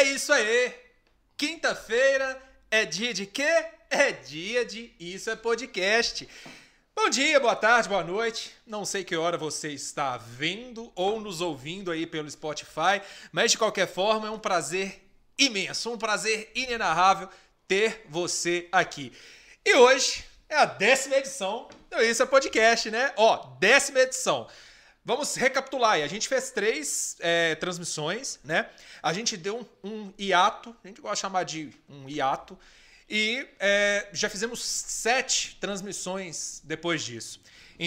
É isso aí! Quinta-feira é dia de quê? É dia de Isso é Podcast. Bom dia, boa tarde, boa noite. Não sei que hora você está vendo ou nos ouvindo aí pelo Spotify, mas de qualquer forma é um prazer imenso, um prazer inenarrável ter você aqui. E hoje é a 10ª edição do Isso é Podcast, né? 10ª edição. Vamos recapitular aí. A gente fez 3 transmissões, né? A gente deu um hiato, a gente gosta de chamar de um hiato, e já fizemos 7 transmissões depois disso.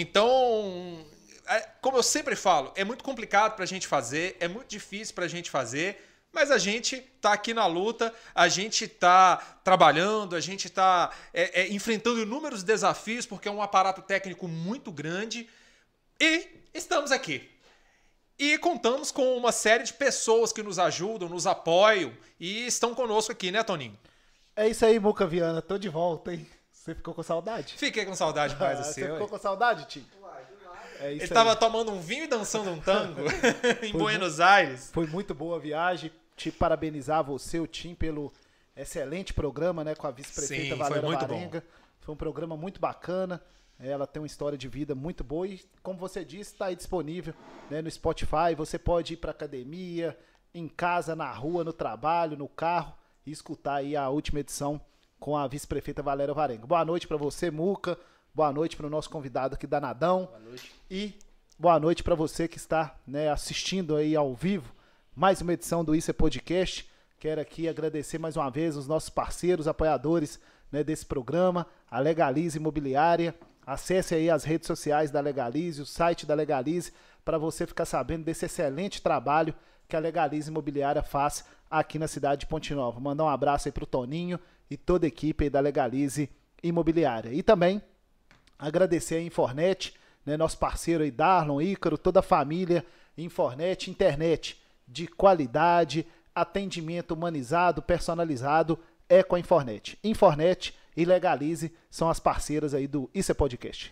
Então, como eu sempre falo, é muito complicado para a gente fazer, é muito difícil para a gente fazer, mas a gente tá aqui na luta, a gente tá trabalhando, a gente tá enfrentando inúmeros desafios, porque é um aparato técnico muito grande, e estamos aqui. E contamos com uma série de pessoas que nos ajudam, nos apoiam e estão conosco aqui, né, Toninho? É isso aí, Muca Viana. Tô de volta, hein? Você ficou com saudade? Fiquei com saudade mais assim. Você ficou com saudade, Tim? É isso. Ele tava tomando um vinho e dançando um tango em Buenos Aires. Foi muito boa a viagem. Te parabenizar você, o Tim, pelo excelente programa, né, com a vice-prefeita Valéria Varenga. Foi um programa muito bacana. Ela tem uma história de vida muito boa e, como você disse, está aí disponível, né, no Spotify. Você pode ir para academia, em casa, na rua, no trabalho, no carro e escutar aí a última edição com a vice-prefeita Valéria Varenga. Boa noite para você, Muca. Boa noite para o nosso convidado aqui, Danadão. Boa noite. E boa noite para você que está, né, assistindo aí ao vivo mais uma edição do Isso é Podcast. Quero aqui agradecer mais uma vez os nossos parceiros, apoiadores, né, desse programa, a Legalize Imobiliária. Acesse aí as redes sociais da Legalize, o site da Legalize, para você ficar sabendo desse excelente trabalho que a Legalize Imobiliária faz aqui na cidade de Ponte Nova. Mandar um abraço aí pro Toninho e toda a equipe aí da Legalize Imobiliária. E também agradecer a Infornet, né, nosso parceiro aí, Darlon, Ícaro, toda a família Infornet, internet de qualidade, atendimento humanizado, personalizado, é com a Infornet. Infornet e Legalize são as parceiras aí do Isso é Podcast.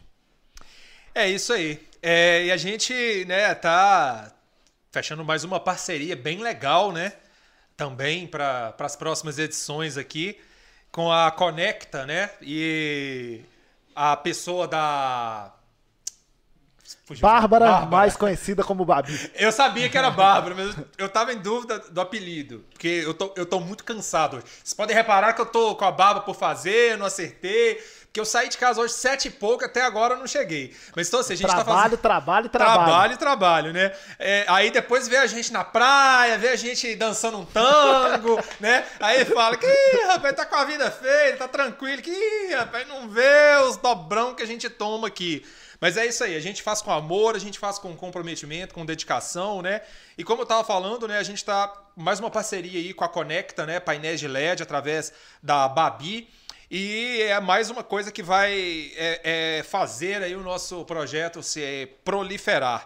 É isso aí. E a gente, né, tá fechando mais uma parceria bem legal, né? Também para as próximas edições aqui com a Conecta, né? E a pessoa da Bárbara, mais conhecida como Babi. Eu sabia que era Bárbara, mas eu tava em dúvida do apelido, porque eu tô muito cansado hoje. Vocês podem reparar que eu tô com a barba por fazer, não acertei, porque eu saí de casa hoje 7 e pouco, até agora eu não cheguei. Mas então assim, a gente tá fazendo... Trabalho, né? Aí depois vê a gente na praia, vê a gente dançando um tango, né? Aí fala que, rapaz, tá com a vida feia, tá tranquilo, que, rapaz, não vê os dobrão que a gente toma aqui. Mas é isso aí, a gente faz com amor, a gente faz com comprometimento, com dedicação, né? E como eu tava falando, né, a gente tá mais uma parceria aí com a Conecta, né, painéis de LED através da Babi, e é mais uma coisa que vai fazer aí o nosso projeto se proliferar.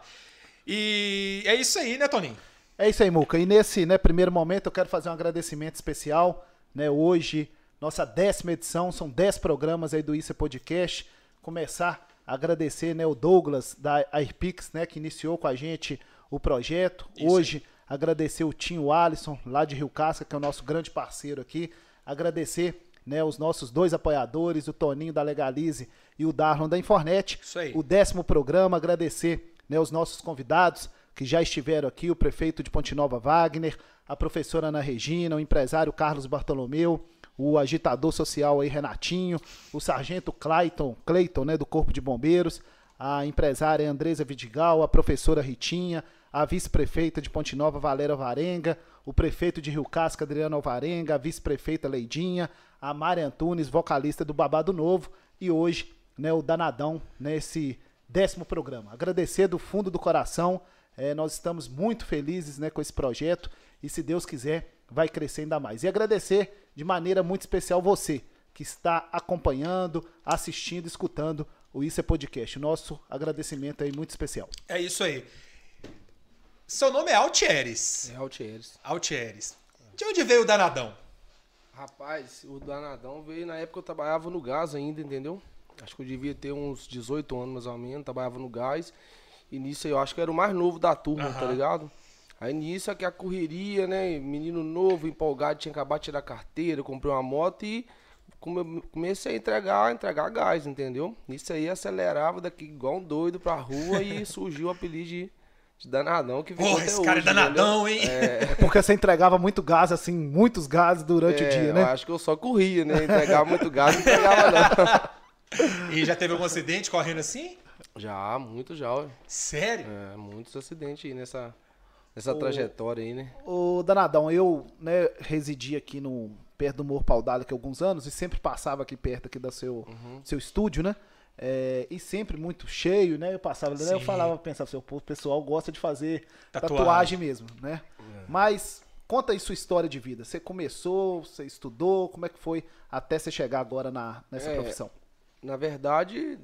E é isso aí, né, Toninho? É isso aí, Muca. E nesse, né, primeiro momento eu quero fazer um agradecimento especial, né? Hoje, nossa 10ª edição, são 10 programas aí do Isso é Podcast. Começar agradecer, né, o Douglas da Airpix, né, que iniciou com a gente o projeto. Isso. Hoje, agradecer o Tinho Alisson, lá de Rio Casca, que é o nosso grande parceiro aqui. Agradecer, né, os nossos 2 apoiadores, o Toninho da Legalize e o Darlon da Infornet. Isso aí. O 10º programa, agradecer, né, os nossos convidados que já estiveram aqui, o prefeito de Ponte Nova Wagner, a professora Ana Regina, o empresário Carlos Bartolomeu, o agitador social aí, Renatinho, o sargento Clayton, né, do Corpo de Bombeiros, a empresária Andresa Vidigal, a professora Ritinha, a vice-prefeita de Ponte Nova, Valéria Varenga, o prefeito de Rio Casca, Adriano Alvarenga, a vice-prefeita Leidinha, a Mari Antunes, vocalista do Babado Novo, e hoje, né, o Danadão, nesse 10º programa. Agradecer do fundo do coração, nós estamos muito felizes, né, com esse projeto, e se Deus quiser, vai crescer ainda mais. E agradecer de maneira muito especial você, que está acompanhando, assistindo, escutando o Isso é Podcast. Nosso agradecimento aí muito especial. É isso aí. Seu nome é Altieres. É Altieres. Altieres. De onde veio o Danadão? Rapaz, o Danadão veio na época que eu trabalhava no gás ainda, entendeu? Acho que eu devia ter uns 18 anos mais ou menos, trabalhava no gás. E nisso aí eu acho que eu era o mais novo da turma, tá ligado? Aí nisso aqui a correria, né? Menino novo, empolgado, tinha acabado de tirar a carteira, comprei uma moto e comecei a entregar gás, entendeu? Nisso aí acelerava daqui igual um doido pra rua e surgiu o apelido de danadão que ficou Porra, até esse cara é hoje, danadão, entendeu? hein? É porque você entregava muito gás, assim, muitos gases durante o dia, né? Eu acho que eu só corria, né? Entregava muito gás, não entregava não. E já teve algum acidente correndo assim? Já, muito já, ué. Sério? Muitos acidentes aí nessa trajetória aí, né? Ô, Danadão, eu, né, residi aqui perto do Morro Pau d'Arco aqui há alguns anos e sempre passava aqui perto aqui do seu estúdio, né? E sempre muito cheio, né? Eu passava ali, né? Eu falava, pensava, o pessoal gosta de fazer tatuagem mesmo, né? Mas conta aí sua história de vida. Você começou, você estudou, como é que foi até você chegar agora nessa profissão? Na verdade,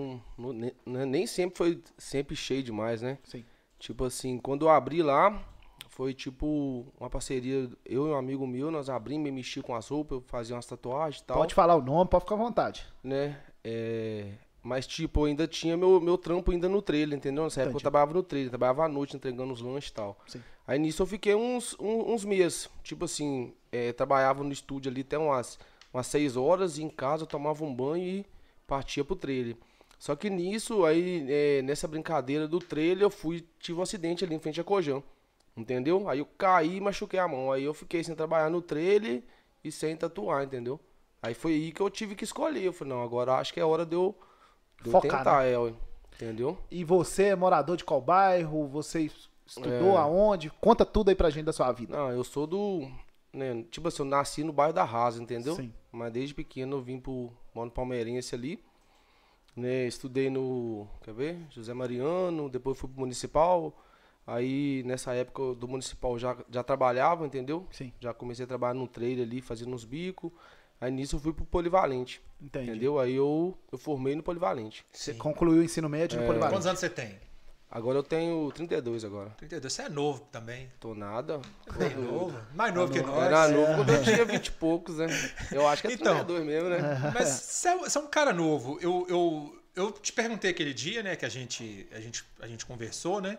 nem sempre foi sempre cheio demais, né? Sim. Tipo assim, quando eu abri lá, foi tipo uma parceria, eu e um amigo meu, nós abrimos, mexi com as roupas, eu fazia umas tatuagens e tal. Pode falar o nome, pode ficar à vontade. Né? Mas tipo, eu ainda tinha meu trampo ainda no trailer, entendeu? Nessa época eu trabalhava no trailer, trabalhava à noite entregando os lanches e tal. Sim. Aí nisso eu fiquei uns meses, tipo assim, trabalhava no estúdio ali até umas 6 horas, e em casa eu tomava um banho e partia pro trailer. Só que nisso, aí, nessa brincadeira do trailer, tive um acidente ali em frente a Cojão, entendeu? Aí eu caí e machuquei a mão. Aí eu fiquei sem trabalhar no trailer e sem tatuar, entendeu? Aí foi aí que eu tive que escolher. Eu falei, não, agora acho que é hora de eu focar, tentar, né? Entendeu? E você é morador de qual bairro? Você estudou aonde? Conta tudo aí pra gente da sua vida. Não, eu sou né, tipo assim, eu nasci no bairro da Rasa, entendeu? Sim. Mas desde pequeno eu vim moro no Palmeirense ali. Né, estudei quer ver? José Mariano, depois fui pro Municipal. Aí nessa época do Municipal já trabalhava, entendeu? Sim. Já comecei a trabalhar no trailer ali, fazendo uns bicos. Aí nisso eu fui pro Polivalente. Entendi. Entendeu? Aí eu formei no Polivalente. Você concluiu o ensino médio no Polivalente. Quantos anos você tem? Agora eu tenho 32 agora. 32. Você é novo também. Tô nada. Bem novo. Mais novo que nós. Era novo quando eu tinha 20 e poucos, né? Eu acho que é 32 mesmo, né? Mas você é um cara novo. Eu te perguntei aquele dia, né, que a gente conversou, né?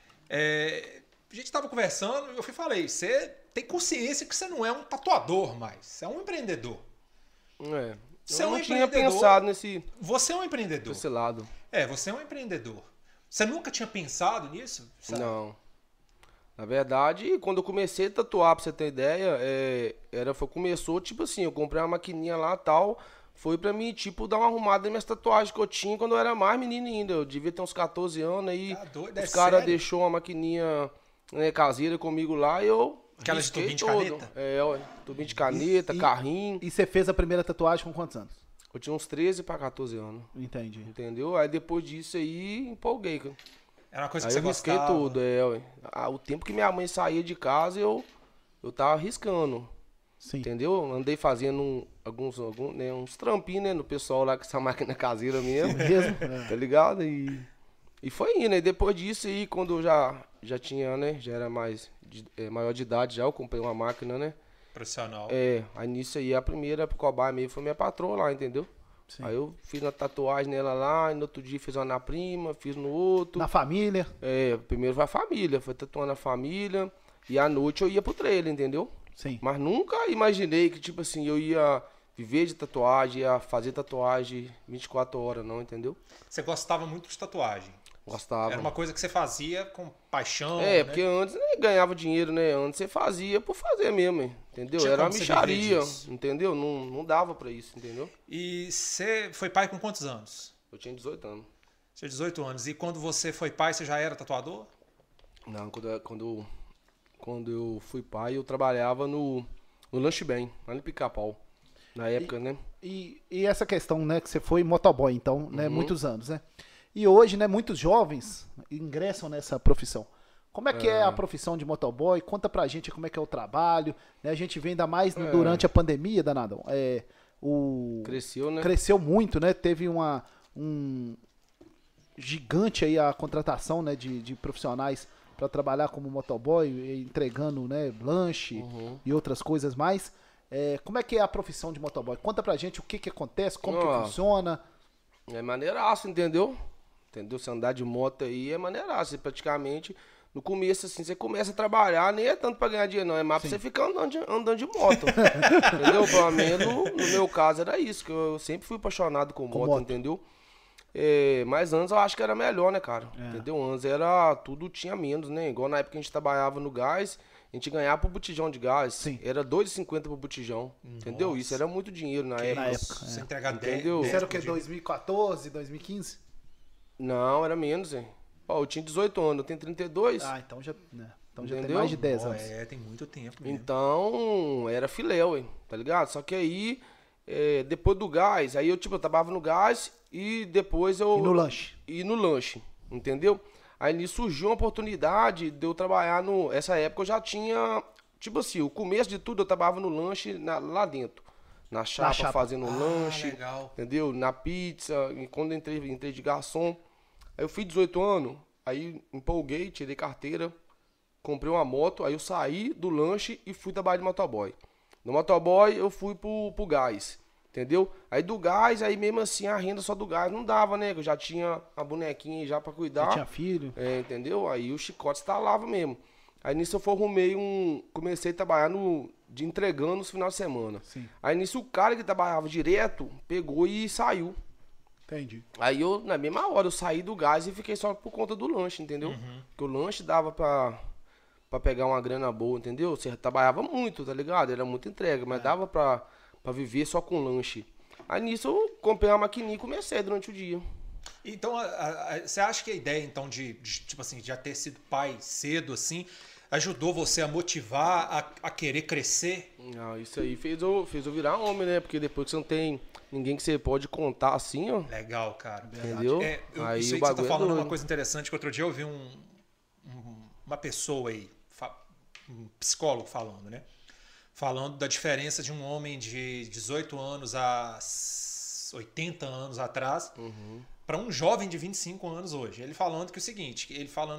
A gente tava conversando e eu falei, você tem consciência que você não é um tatuador mais, você é um empreendedor. Você Eu não tinha pensado nesse empreendedor. Desse lado. Você é um empreendedor. Você nunca tinha pensado nisso? Sabe? Não. Na verdade, quando eu comecei a tatuar, pra você ter ideia, começou, tipo assim, eu comprei uma maquininha lá e tal, foi pra mim, tipo, dar uma arrumada nas minhas tatuagens que eu tinha quando eu era mais menino ainda. Eu devia ter uns 14 anos, aí os caras deixou uma maquininha, né, caseira comigo lá e eu aquela de tubinho de caneta? Tubinho de caneta, carrinho. E você fez a primeira tatuagem com quantos anos? Eu tinha uns 13 pra 14 anos. Entendi. Entendeu? Aí depois disso aí, empolguei, cara. Era uma coisa aí que você risquei gostava. tudo, o tempo que minha mãe saía de casa, eu tava arriscando. Sim. Entendeu? Andei fazendo uns trampinhos, né, no pessoal lá com essa máquina caseira mesmo. Tá ligado? E foi indo, né? Depois disso aí, quando eu já tinha, né, já era maior de idade já, eu comprei uma máquina, né? Profissional. Aí nisso aí, a primeira cobaia mesmo foi minha patroa lá, entendeu? Sim. Aí eu fiz uma tatuagem nela lá, e no outro dia fiz uma na prima, fiz no outro. Na família? Primeiro foi a família, foi tatuando a família, e à noite eu ia pro trailer, entendeu? Sim. Mas nunca imaginei que, tipo assim, eu ia viver de tatuagem, ia fazer tatuagem 24 horas, não, entendeu? Você gostava muito de tatuagem. Gostava. Era uma coisa que você fazia com paixão. Porque antes nem ganhava dinheiro, né? Antes você fazia por fazer mesmo, entendeu? Tinha Era uma como você mixaria, viver disso. entendeu? Não dava pra isso, entendeu? E você foi pai com quantos anos? Eu tinha 18 anos. Você tinha 18 anos. E quando você foi pai, você já era tatuador? Não, quando eu fui pai, eu trabalhava no Lanche Bem, lá no Pica-Pau. Na época, né? E essa questão, né, que você foi motoboy, então, né, muitos anos, né? E hoje, né, muitos jovens ingressam nessa profissão. Como é que é a profissão de motoboy? Conta pra gente como é que é o trabalho. Né? A gente vê ainda mais durante a pandemia, Danadão. Cresceu, né? Cresceu muito, né? Teve um gigante aí a contratação, né, de profissionais para trabalhar como motoboy, entregando, né, lanche e outras coisas mais. Como é que é a profissão de motoboy? Conta pra gente o que acontece, como que funciona. É maneiraço, entendeu? Entendeu? Se andar de moto aí é maneiraço. Praticamente no começo, assim, você começa a trabalhar, nem é tanto pra ganhar dinheiro, não. É mais pra você ficar andando de moto. Entendeu? Pelo menos no meu caso era isso, que eu sempre fui apaixonado com moto, entendeu? Mas antes eu acho que era melhor, né, cara? Entendeu? Antes era tudo tinha menos, né? Igual na época que a gente trabalhava no gás, a gente ganhava por botijão de gás. Sim. Era R$2,50 por botijão. Entendeu? Isso era muito dinheiro na época. Você entregar 10. Entendeu? Isso era o que? 2014, 2015? Não, era menos, hein? Ó, eu tinha 18 anos, eu tenho 32. Ah, então já, né? Então já tem Entendeu? mais de 10 anos. Tem muito tempo mesmo. Então, era filé, ué, tá ligado? Só que aí, depois do gás, aí eu trabalhava no gás e depois eu... E no lanche? E no lanche, entendeu? Aí nisso surgiu uma oportunidade de eu trabalhar no... Essa época eu já tinha, tipo assim, o começo de tudo eu trabalhava no lanche lá dentro. Na chapa, fazendo lanche, legal. entendeu? Na pizza, e quando eu entrei de garçom. Aí eu fiz 18 anos, aí empolguei, tirei carteira, comprei uma moto, aí eu saí do lanche e fui trabalhar de motoboy. No motoboy eu fui pro gás, entendeu? Aí do gás, aí mesmo assim a renda só do gás não dava, né? Eu já tinha a bonequinha já pra cuidar. Já tinha filho. Entendeu? Aí o chicote instalava mesmo. Aí nisso eu comecei a trabalhar de entregando nos finais de semana. Sim. Aí nisso o cara que trabalhava direto pegou e saiu. Entendi. Aí eu, na mesma hora, eu saí do gás e fiquei só por conta do lanche, entendeu? Porque o lanche dava pra pegar uma grana boa, entendeu? Você trabalhava muito, tá ligado? Era muita entrega, mas dava pra viver só com lanche. Aí nisso eu comprei uma maquininha e comecei durante o dia. Então, você acha que a ideia, então, tipo assim, de já ter sido pai cedo, assim, ajudou você a motivar, a querer crescer? Ah, isso aí fez eu virar homem, né? Porque depois que você não tem ninguém que você pode contar assim, ó. Legal, cara. Entendeu? Aí isso aí que você tá falando é uma coisa interessante, que outro dia eu vi uma pessoa aí, um psicólogo falando, né? Falando da diferença de um homem de 18 anos a 80 anos atrás para um jovem de 25 anos hoje. Ele falando que o seguinte,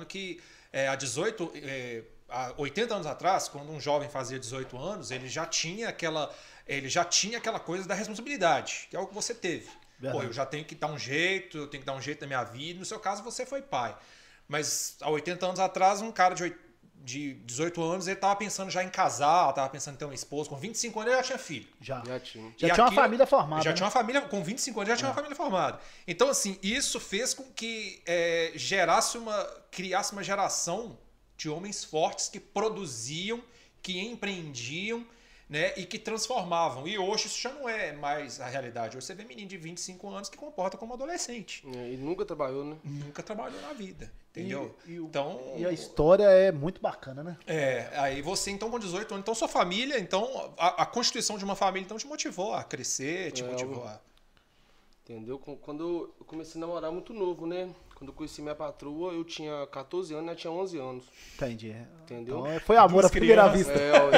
há 80 anos atrás, quando um jovem fazia 18 anos, ele já tinha aquela coisa da responsabilidade, que é o que você teve. Pô, eu já tenho que dar um jeito, eu tenho que dar um jeito na minha vida. No seu caso, você foi pai. Mas há 80 anos atrás, um cara de 18 anos, ele tava pensando já em casar, tava pensando em ter uma esposa. Com 25 anos, ele já tinha filho. Já tinha. Já tinha uma família formada. Já tinha uma família, com 25 anos, já tinha uma família formada. Então, assim, isso fez com que criasse uma geração de homens fortes que produziam, que empreendiam, né, e que transformavam. E hoje isso já não é mais a realidade. Hoje você vê menino de 25 anos que comporta como adolescente. E nunca trabalhou, né? Nunca trabalhou na vida, entendeu? E a história é muito bacana, né? Aí você, então, com 18 anos, então sua família, então, a constituição de uma família, então, te motivou a crescer, te motivou a... Entendeu? Quando eu comecei a namorar muito novo, né? Quando eu conheci minha patroa, eu tinha 14 anos, ela tinha 11 anos. Entendi. Entendeu? Então, foi amor à primeira vista.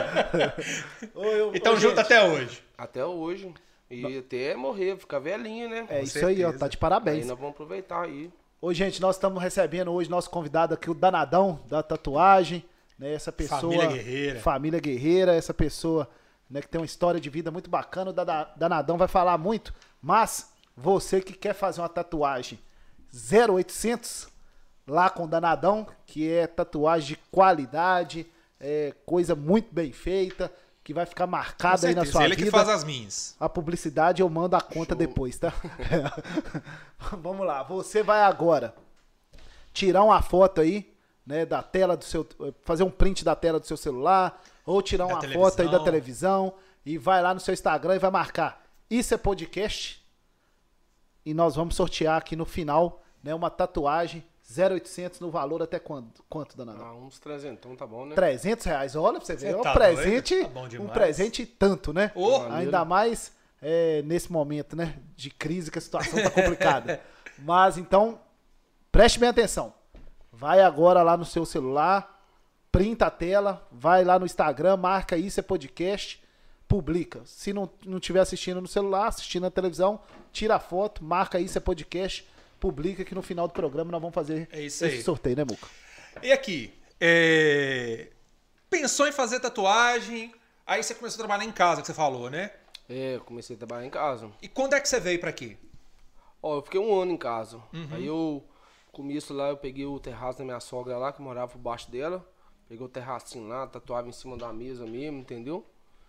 Então, junto até hoje. Até hoje. E até morrer, ficar velhinho, né? É isso aí, ó. Tá de parabéns. Aí nós vamos aproveitar aí. Ô, gente, nós estamos recebendo hoje nosso convidado aqui, o Danadão, da tatuagem. Né? Essa pessoa... Família guerreira. Família guerreira, essa pessoa, né, que tem uma história de vida muito bacana. O Danadão vai falar muito, mas você que quer fazer uma tatuagem 0800, lá com o Danadão, que é tatuagem de qualidade, coisa muito bem feita, que vai ficar marcada aí na sua vida. Ele que faz as minhas. A publicidade eu mando a conta depois, tá? Vamos lá, você vai agora tirar uma foto aí, né, da tela do seu, fazer um print da tela do seu celular, ou tirar uma foto aí da televisão, e vai lá no seu Instagram e vai marcar Isso é Podcast, e nós vamos sortear aqui no final, né, uma tatuagem 0800 no valor até quanto, Danadão? Uns 300, então tá bom, né? R$300, olha pra você ver, tá um presente, tá bom demais. um presente tanto, né? Oh, ainda mais nesse momento, né, de crise, que a situação tá complicada. Mas então, preste bem atenção. Vai agora lá no seu celular, printa a tela, vai lá no Instagram, marca Isso é Podcast, publica. Se não estiver assistindo no celular, assistindo na televisão, tira a foto, marca Isso é Podcast, publica, que no final do programa nós vamos fazer esse sorteio, né, Muca? E aqui, pensou em fazer tatuagem, aí você começou a trabalhar em casa, que você falou, né? Eu comecei a trabalhar em casa. E quando é que você veio pra aqui? Ó, eu fiquei um ano em casa. Aí eu começo lá eu peguei o terraço da minha sogra lá, que morava por baixo dela. Peguei o terracinho lá, tatuava em cima da mesa mesmo, entendeu?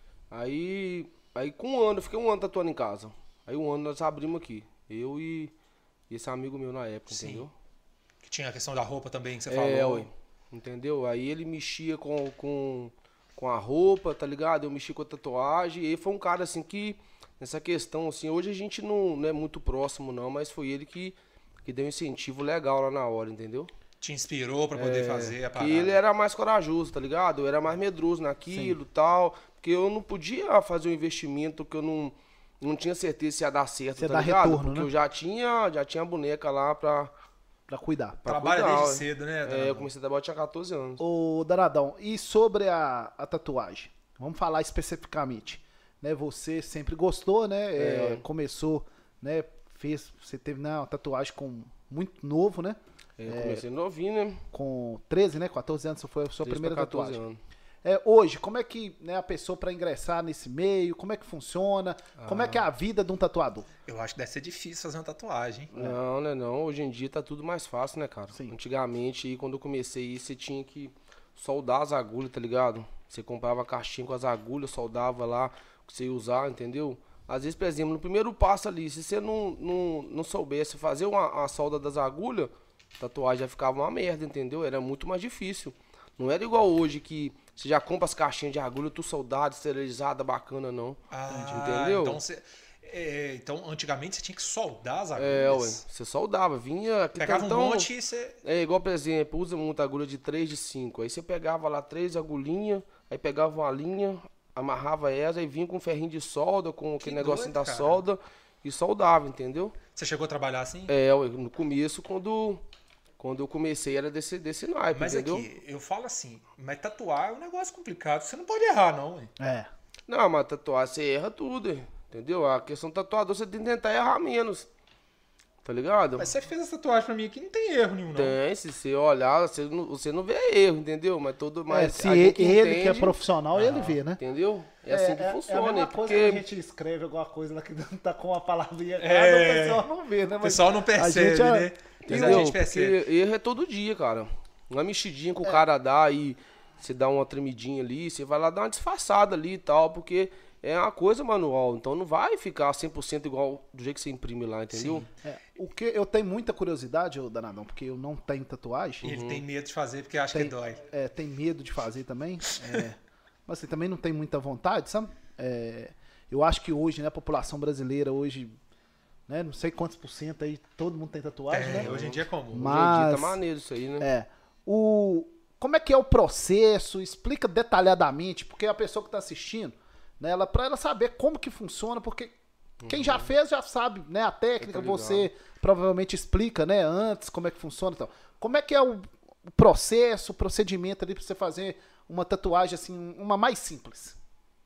Aí com um ano, eu fiquei um ano tatuando em casa. Aí um ano nós abrimos aqui. Eu e esse amigo meu na época, Sim. entendeu? Que tinha a questão da roupa também que você É, falou. ué. Entendeu? Aí ele mexia com a roupa, tá ligado? Eu mexia com a tatuagem. E ele foi um cara assim que, nessa questão, assim, hoje a gente não é muito próximo, não, mas foi ele que deu um incentivo legal lá na hora, entendeu? Te inspirou pra poder fazer a Que parada. ele era mais corajoso, tá ligado? Eu era mais medroso naquilo e tal. Porque eu não podia fazer um investimento que eu não tinha certeza se ia dar certo, Se ia tá dar ligado? retorno, Porque né? eu já tinha a boneca lá pra cuidar. Trabalha cuidar, desde ué. cedo, né, É, Danadão? eu comecei a trabalhar, eu tinha 14 anos. Ô, Danadão, e sobre a tatuagem? Vamos falar especificamente. Né, você sempre gostou, né? Começou, né? Você teve uma tatuagem com muito novo, né? Eu comecei novinho, né? Com 13, né? 14 anos, foi a sua 13 primeira pra 14 tatuagem. anos. Hoje, como é que, né, a pessoa para ingressar nesse meio, como é que funciona? Como é que é a vida de um tatuador? Eu acho que deve ser difícil fazer uma tatuagem. Não, né? Não. Hoje em dia tá tudo mais fácil, né, cara? Sim. Antigamente, aí, quando eu comecei, você tinha que soldar as agulhas, tá ligado? Você comprava a caixinha com as agulhas, soldava lá, o que você ia usar, entendeu? Às vezes, por exemplo, no primeiro passo ali, se você não soubesse fazer a solda das agulhas, a tatuagem já ficava uma merda, entendeu? Era muito mais difícil. Não era igual hoje que você já compra as caixinhas de agulha, tudo soldado, esterilizada, bacana, não. Entendeu? Então, então, antigamente você tinha que soldar as agulhas. É, ué, você soldava, vinha... Pegava então, um monte e você... É igual, por exemplo, usa muita agulha de 3, de 5. Aí você pegava lá 3 agulhinhas, aí pegava uma linha, amarrava ela e vinha com um ferrinho de solda, com aquele negocinho doido, da cara. solda e soldava, entendeu? Você chegou a trabalhar assim? É, ué, no começo, quando eu comecei, era desse naipe, Mas entendeu? aqui, eu falo assim, mas tatuar é um negócio complicado. Você não pode errar, não. Hein? Não, mas tatuar você erra tudo, entendeu? A questão do tatuador você tem que tentar errar menos, tá ligado? Mas você fez essa tatuagem pra mim aqui, não tem erro nenhum, não. Tem, se você olhar, você não vê erro, entendeu? Mas se a ele gente que é entende, profissional, ele vê, né? entendeu? É assim que É a funciona, mesma porque... coisa que a gente escreve alguma coisa lá que não tá com uma palavrinha errada, É. o pessoal não vê, né? O pessoal não percebe, né? Mas a Entendeu? gente percebe. Porque erro é todo dia, cara. Uma mexidinha que o cara dá e você dá uma tremidinha ali, você vai lá dar uma disfarçada ali e tal, porque é uma coisa manual, então não vai ficar 100% igual do jeito que você imprime lá, entendeu? O que eu tenho muita curiosidade, ô Danadão, porque eu não tenho tatuagem. Ele tem medo de fazer porque acha que dói. Tem medo de fazer também. Mas assim, também não tem muita vontade, sabe? Eu acho que hoje, né, a população brasileira hoje, né, não sei quantos por cento aí, todo mundo tem tatuagem, né? Hoje em dia é comum. Hoje em dia Mas tá maneiro isso aí, né? como é que é o processo? Explica detalhadamente, porque a pessoa que está assistindo, né, para ela saber como que funciona, porque quem já fez já sabe, né, a técnica, ligado. você provavelmente explica, né, antes como é que funciona e tal. Como é que é o processo, o procedimento ali para você fazer uma tatuagem assim, uma mais simples?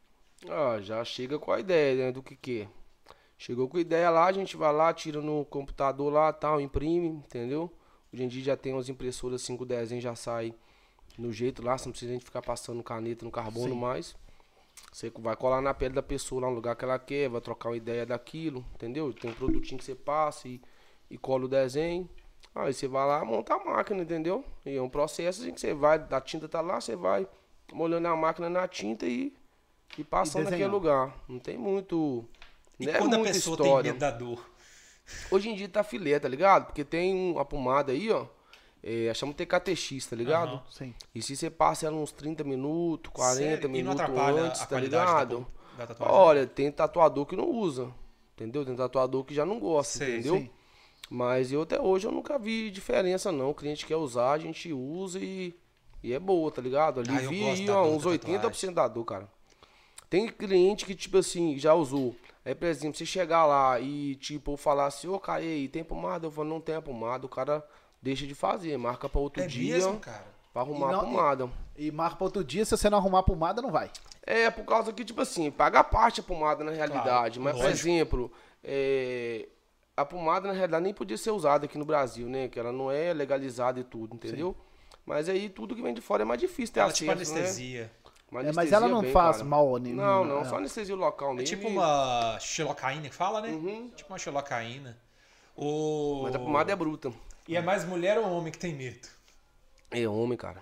Já chega com a ideia, né, do que é. Chegou com a ideia lá, a gente vai lá, tira no computador lá, tal, imprime, entendeu? Hoje em dia já tem umas impressoras 5 desenhos, já sai no jeito lá, você não precisa a gente ficar passando caneta no carbono mais. Você vai colar na pele da pessoa lá no lugar que ela quer, vai trocar uma ideia daquilo, entendeu? Tem um produtinho que você passa e cola o desenho. Aí você vai lá, monta a máquina, entendeu? E é um processo assim que você vai, a tinta tá lá, você vai molhando a máquina na tinta e passando naquele desenhando. lugar. Não tem muito... E não é quando a muita pessoa história. tem medo da dor? Hoje em dia tá filé, tá ligado? Porque tem uma pomada aí, ó. Chama TKTX, tá ligado? Aham. Sim. E se você passa ela uns 30 minutos, 40 Sério? E não minutos atrapalha antes, a tá qualidade ligado? da tatuagem? Olha, tem tatuador que não usa, entendeu? Tem tatuador que já não gosta, Sei, entendeu? sim. Mas eu até hoje eu nunca vi diferença não. O cliente quer usar, a gente usa e é boa, tá ligado? eu Alivia gosto aí, da ó, dor uns da 80% da dor, cara. Tem cliente que, tipo assim, já usou. Aí, por exemplo, você chegar lá e, tipo, falar assim, ô, cara, e aí, tem pomada? Eu falo, não tem a pomada. O cara deixa de fazer, marca pra outro É dia mesmo, cara? pra arrumar E não- a pomada. E marca para outro dia, se você não arrumar a pomada, não vai. É, por causa que, tipo assim, paga a parte a pomada na realidade. Mas, por lógico. exemplo, a pomada na realidade nem podia ser usada aqui no Brasil, né? Que ela não é legalizada e tudo, entendeu? Mas aí tudo que vem de fora é mais difícil ter Ela é tipo acesso, né? anestesia. Uma Mas anestesia ela não bem, faz cara. mal a nenhum. Não, não, só anestesia local É mesmo. tipo uma xilocaína que fala, né? Uhum. Tipo uma xilocaína. Mas a pomada é bruta. E é mais mulher ou homem que tem medo? É homem, cara.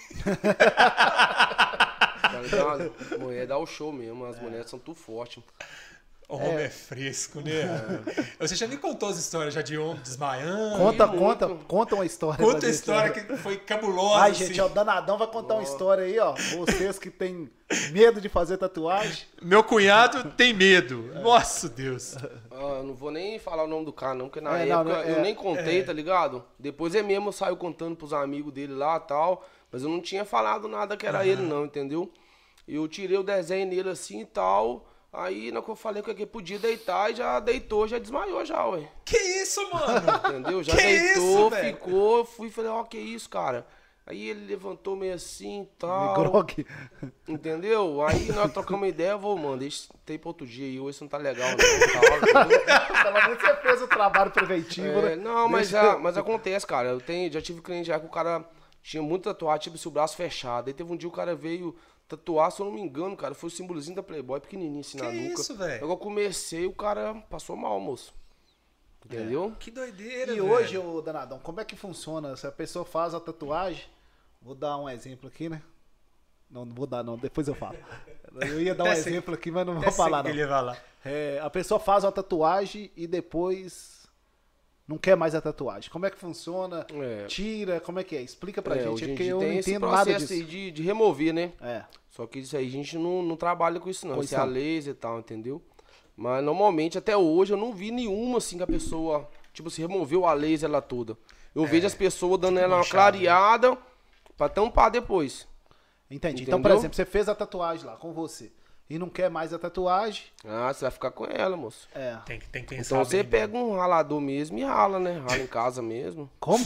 Mulher dá o show mesmo, as mulheres são tudo fortes. O homem é fresco, né? Você já me contou as histórias já de homem desmaiando. Conta uma história. Conta a história que foi cabulosa. Ai, assim. gente, ó, o Danadão vai contar uma história aí, ó. Vocês que têm medo de fazer tatuagem. Meu cunhado tem medo. Nossa, Deus. Eu não vou nem falar o nome do cara, não, porque na época eu nem contei, tá ligado? Depois ele mesmo saiu contando pros amigos dele lá e tal, mas eu não tinha falado nada que era ele, não, entendeu? Eu tirei o desenho nele assim e tal. Aí, na que eu falei que ele podia deitar, e já deitou, já desmaiou já, ué. Que isso, mano? Entendeu? Já que deitou, isso, ficou, fui e falei, ó, que isso, cara? Aí ele levantou meio assim e tal. Grog. Entendeu? Aí nós trocamos uma ideia, mano, deixa tem pra outro dia aí, hoje isso não tá legal não, tal, Pelo menos você fez o trabalho preventivo, né? Não, mas acontece, cara. Já tive cliente já que o cara tinha muito tatuagem, tipo, se o braço fechado. Aí teve um dia o cara veio tatuar, se eu não me engano, cara, foi o símbolozinho da Playboy, pequenininho assim na nuca. Isso, velho? Eu comecei, o cara passou mal, moço. Entendeu? Que doideira, E velho. hoje, ô Danadão, como é que funciona? Se a pessoa faz a tatuagem, vou dar um exemplo aqui, né? Não vou dar não, depois eu falo. Eu ia dar um exemplo aqui, mas não vou falar não. Ele vai lá. A pessoa faz a tatuagem e depois não quer mais a tatuagem. Como é que funciona? Tira, como é que é? Explica pra gente, porque eu não entendo nada disso. Tem esse processo aí de remover, né? É. Só que isso aí a gente não trabalha com isso não, isso é a laser e tal, entendeu? Mas normalmente, até hoje, eu não vi nenhuma assim que a pessoa, tipo, se removeu a laser ela toda. Eu vejo as pessoas dando ela uma clareada pra tampar depois. Entendi. Entendeu? Então, por exemplo, você fez a tatuagem lá com você e não quer mais a tatuagem. Ah, você vai ficar com ela, moço. É. Tem que pensar Então você bem, pega um ralador mesmo e rala, né? Rala em casa mesmo. Como?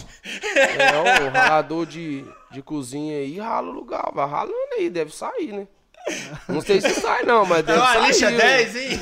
É, um ralador de cozinha aí, rala o lugar. Vai ralando aí, deve sair, né? Não sei se sai não, mas deve sair. É uma lixa né? 10, hein?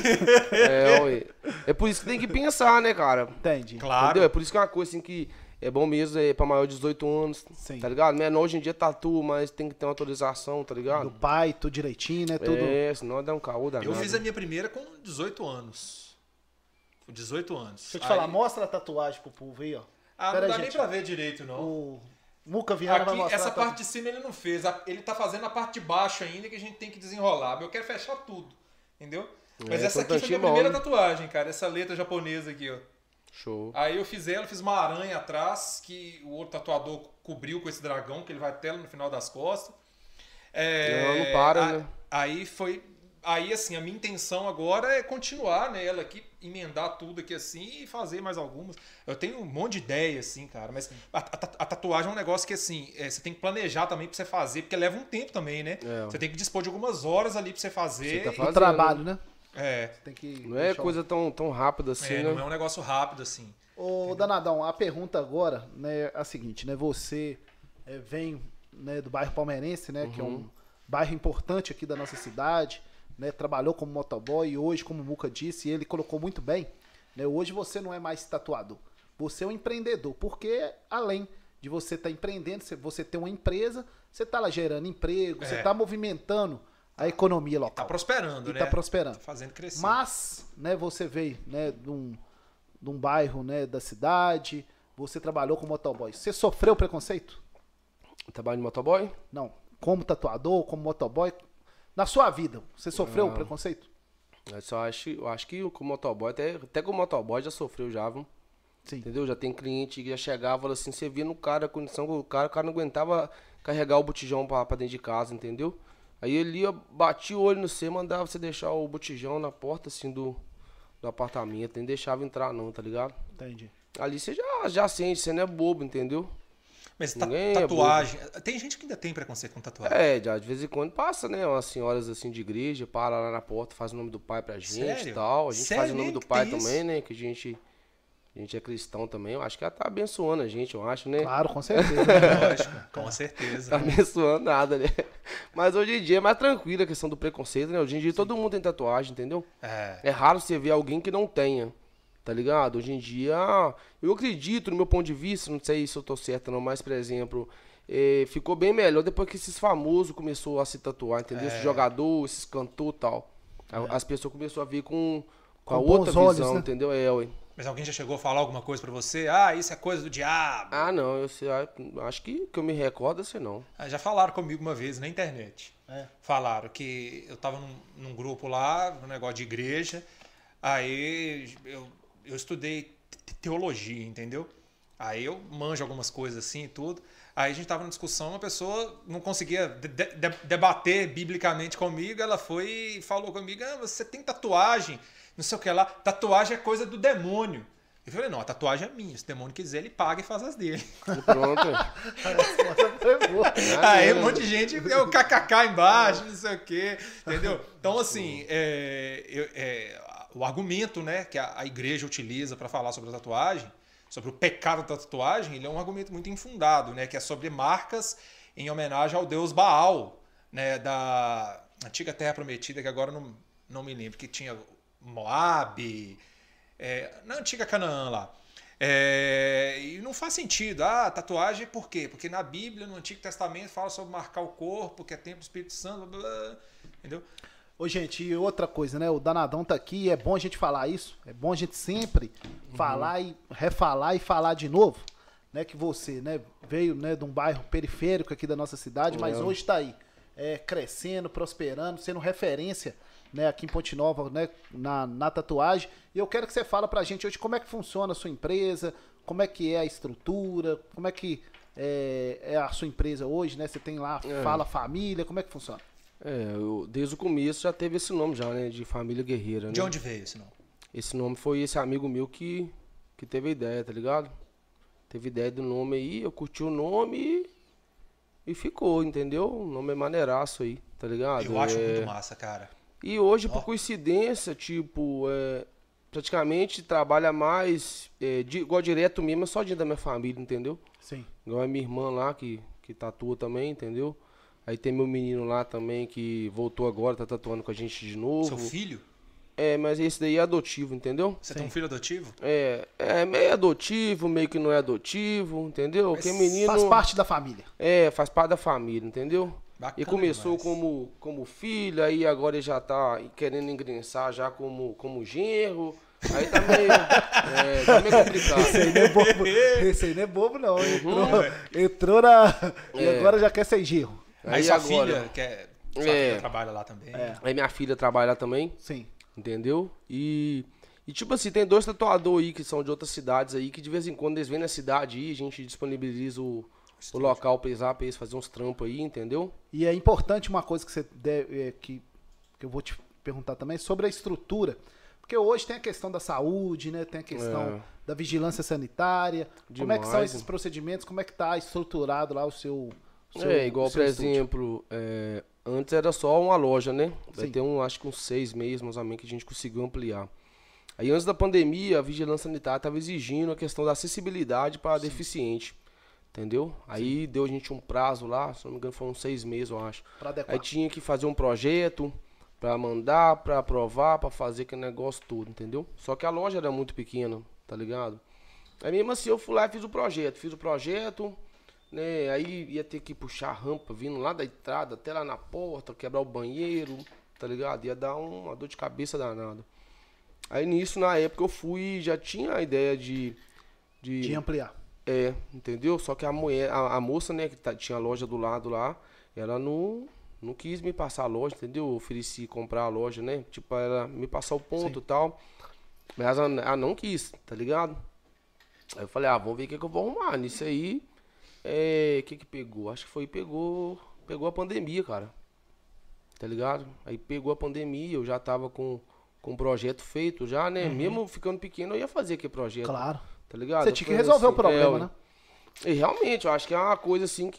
Ué. É por isso que tem que pensar, né, cara? Entendi. Claro. Entendeu? É por isso que é uma coisa assim que é bom mesmo, é pra maior de 18 anos, Sim. tá ligado? Menor hoje em dia tatua, mas tem que ter uma autorização, tá ligado? Do pai, tudo direitinho, né? Tudo. É, senão dá um caô danado. Eu fiz a minha primeira com 18 anos. Com 18 anos. Deixa eu te falar, mostra a tatuagem pro povo aí, ó. Ah, Pera não dá aí, nem gente. pra ver direito, não. O Muca Viana vai Aqui, mostrar. essa a parte de cima ele não fez. Ele tá fazendo a parte de baixo ainda que a gente tem que desenrolar. Mas eu quero fechar tudo. Entendeu? Mas essa aqui foi a minha primeira tatuagem, cara. Essa letra japonesa aqui, ó. Show. Aí eu fiz ela, fiz uma aranha atrás, que o outro tatuador cobriu com esse dragão, que ele vai até no final das costas. Não para, né? Aí foi. Aí, assim, a minha intenção agora é continuar nela aqui, emendar tudo aqui assim e fazer mais algumas. Eu tenho um monte de ideia, assim, cara, mas a tatuagem é um negócio que, assim, você tem que planejar também pra você fazer, porque leva um tempo também, né? Você tem que dispor de algumas horas ali pra você fazer. Você tá O trabalho, né? Tem que não é coisa tão rápida assim, né? Não é um negócio rápido, assim. Ô, Danadão, a pergunta agora, né, é a seguinte, né? Você vem, né, do bairro Palmeirense, né? Que é um bairro importante aqui da nossa cidade, né? Trabalhou como motoboy e hoje, como o Muca disse, ele colocou muito bem, né? Hoje você não é mais tatuador, você é um empreendedor, porque além de você estar empreendendo, você tem uma empresa, você está lá gerando emprego, você está movimentando a economia local. Tá prosperando, né? Tá prosperando. Tá fazendo crescer. Mas, né, você veio, né, de um bairro, né, da cidade, você trabalhou como motoboy. Você sofreu preconceito? Trabalho de motoboy? Não. Como tatuador, como motoboy, na sua vida, você sofreu preconceito? Eu acho que com o motoboy, até com o motoboy já sofreu já, viu? Sim. Entendeu? Já tem cliente que já chegava e assim, você via no cara a condição que o cara não aguentava carregar o botijão pra dentro de casa, entendeu? Aí ele ia, batia o olho no você, mandava você deixar o botijão na porta, assim, do apartamento. Nem deixava entrar não, tá ligado? Entendi. Ali você já sente, você não é bobo, entendeu? Mas Ninguém tatuagem... tem gente que ainda tem preconceito com tatuagem. Já de vez em quando passa, né? Umas senhoras, assim, de igreja, para lá na porta, faz o nome do pai pra gente Sério? e tal. A gente Sério faz o nome mesmo do que pai tem também, isso? né? Que a gente é cristão também. Eu acho que ela tá abençoando a gente, eu acho, né? Claro, com certeza. Né? Lógico, com certeza. Tá abençoando nada, né? Mas hoje em dia é mais tranquilo a questão do preconceito, né? Hoje em dia todo mundo tem tatuagem, entendeu? É raro você ver alguém que não tenha, tá ligado? Hoje em dia, eu acredito, no meu ponto de vista, não sei se eu tô certo não, mas, por exemplo, ficou bem melhor depois que esses famosos começou a se tatuar, entendeu? Esses jogadores, esses cantores e tal. As pessoas começaram a ver com a outra bons olhos, visão, né? entendeu? Ué. Mas alguém já chegou a falar alguma coisa pra você? Ah, isso é coisa do diabo. Ah, não, acho que eu me recordo assim, não. Ah, já falaram comigo uma vez na internet. É. Falaram que eu tava num grupo lá, num negócio de igreja, aí eu estudei teologia, entendeu? Aí eu manjo algumas coisas assim e tudo. Aí a gente tava numa discussão, uma pessoa não conseguia debater biblicamente comigo, ela foi e falou comigo, ah, você tem tatuagem, não sei o que lá, tatuagem é coisa do demônio. Eu falei, não, a tatuagem é minha, se o demônio quiser, ele paga e faz as dele. E pronto. A resposta foi boa. Aí um monte de gente, o kkk embaixo, não sei o quê, entendeu? Então, assim, o argumento, né, que a igreja utiliza para falar sobre a tatuagem, sobre o pecado da tatuagem, ele é um argumento muito infundado, né, que é sobre marcas em homenagem ao deus Baal, né, da antiga Terra Prometida, que agora não me lembro, que tinha Moab, na antiga Canaã lá. E não faz sentido. Ah, tatuagem por quê? Porque na Bíblia, no Antigo Testamento, fala sobre marcar o corpo, que é templo do Espírito Santo, blá, blá, entendeu? Ô, gente, e outra coisa, né? O Danadão tá aqui, é bom a gente falar isso, é bom a gente sempre falar e refalar e falar de novo, né? Que você, né, veio, né, de um bairro periférico aqui da nossa cidade, mas hoje tá aí, crescendo, prosperando, sendo referência, né, aqui em Ponte Nova, né, na tatuagem. E eu quero que você fale pra gente hoje como é que funciona a sua empresa, como é que é a estrutura, como é que é a sua empresa hoje, né? Você tem lá Fala Família, como é que funciona? Desde o começo já teve esse nome já, né? De Família Guerreira, né? De onde veio esse nome? Esse nome foi esse amigo meu que teve a ideia, tá ligado? Teve ideia do nome aí, eu curti o nome e ficou, entendeu? O nome é maneiraço aí, tá ligado? Eu acho muito massa, cara. E hoje, por coincidência, tipo, praticamente trabalha mais, igual direto mesmo, é só dentro da minha família, entendeu? Sim. Igual a minha irmã lá, que tatua também, entendeu? Aí tem meu menino lá também, que voltou agora, tá tatuando com a gente de novo. Seu filho? Mas esse daí é adotivo, entendeu? Você tem um filho adotivo? É meio adotivo, meio que não é adotivo, entendeu? Mas Porque menino... Faz parte da família. Faz parte da família, entendeu? Bacana E começou demais. como filho, aí agora ele já tá querendo ingressar já como genro. Aí tá meio complicado. Esse aí não é bobo, esse aí não é bobo não. Entrou na... E agora já quer ser genro. Aí sua agora, filha, sua filha trabalha lá também. Aí minha filha trabalha lá também, Sim. entendeu? E tipo assim, tem 2 tatuadores aí que são de outras cidades aí, que de vez em quando eles vêm na cidade aí, a gente disponibiliza o local pra eles fazer uns trampos aí, entendeu? E é importante uma coisa que você deve, que eu vou te perguntar também sobre a estrutura. Porque hoje tem a questão da saúde, né? Tem a questão da vigilância sanitária. Como é que são Demais, esses procedimentos? Como é que tá estruturado lá o seu Igual, o seu por estúdio? exemplo, antes era só uma loja, né? Vai Sim. ter acho que uns 6 meses, mais ou menos, que a gente conseguiu ampliar. Aí antes da pandemia, a vigilância sanitária estava exigindo a questão da acessibilidade para deficiente, entendeu? Aí deu a gente um prazo lá, se não me engano foram 6 meses, eu acho. Pra adequar. Aí tinha que fazer um projeto para mandar, para aprovar, para fazer aquele negócio todo, entendeu? Só que a loja era muito pequena, tá ligado? Aí mesmo assim eu fui lá e fiz o projeto, né? Aí ia ter que puxar a rampa vindo lá da entrada até lá na porta, quebrar o banheiro, tá ligado? Ia dar uma dor de cabeça danada. Aí nisso, na época, eu fui, já tinha a ideia de De ampliar. entendeu? Só que a moça, né, que tinha a loja do lado lá, ela não quis me passar a loja, entendeu? Eu ofereci comprar a loja, né? Tipo, ela me passar o ponto e tal. Mas ela não quis, tá ligado? Aí eu falei, vamos ver o que eu vou arrumar. Nisso aí, o que pegou? Acho que pegou a pandemia, cara. Tá ligado? Aí pegou a pandemia, eu já tava com um projeto feito já, né? Mesmo ficando pequeno, eu ia fazer aquele projeto. Claro. Tá ligado? Você tinha que resolver o problema, né? E realmente, eu acho que é uma coisa assim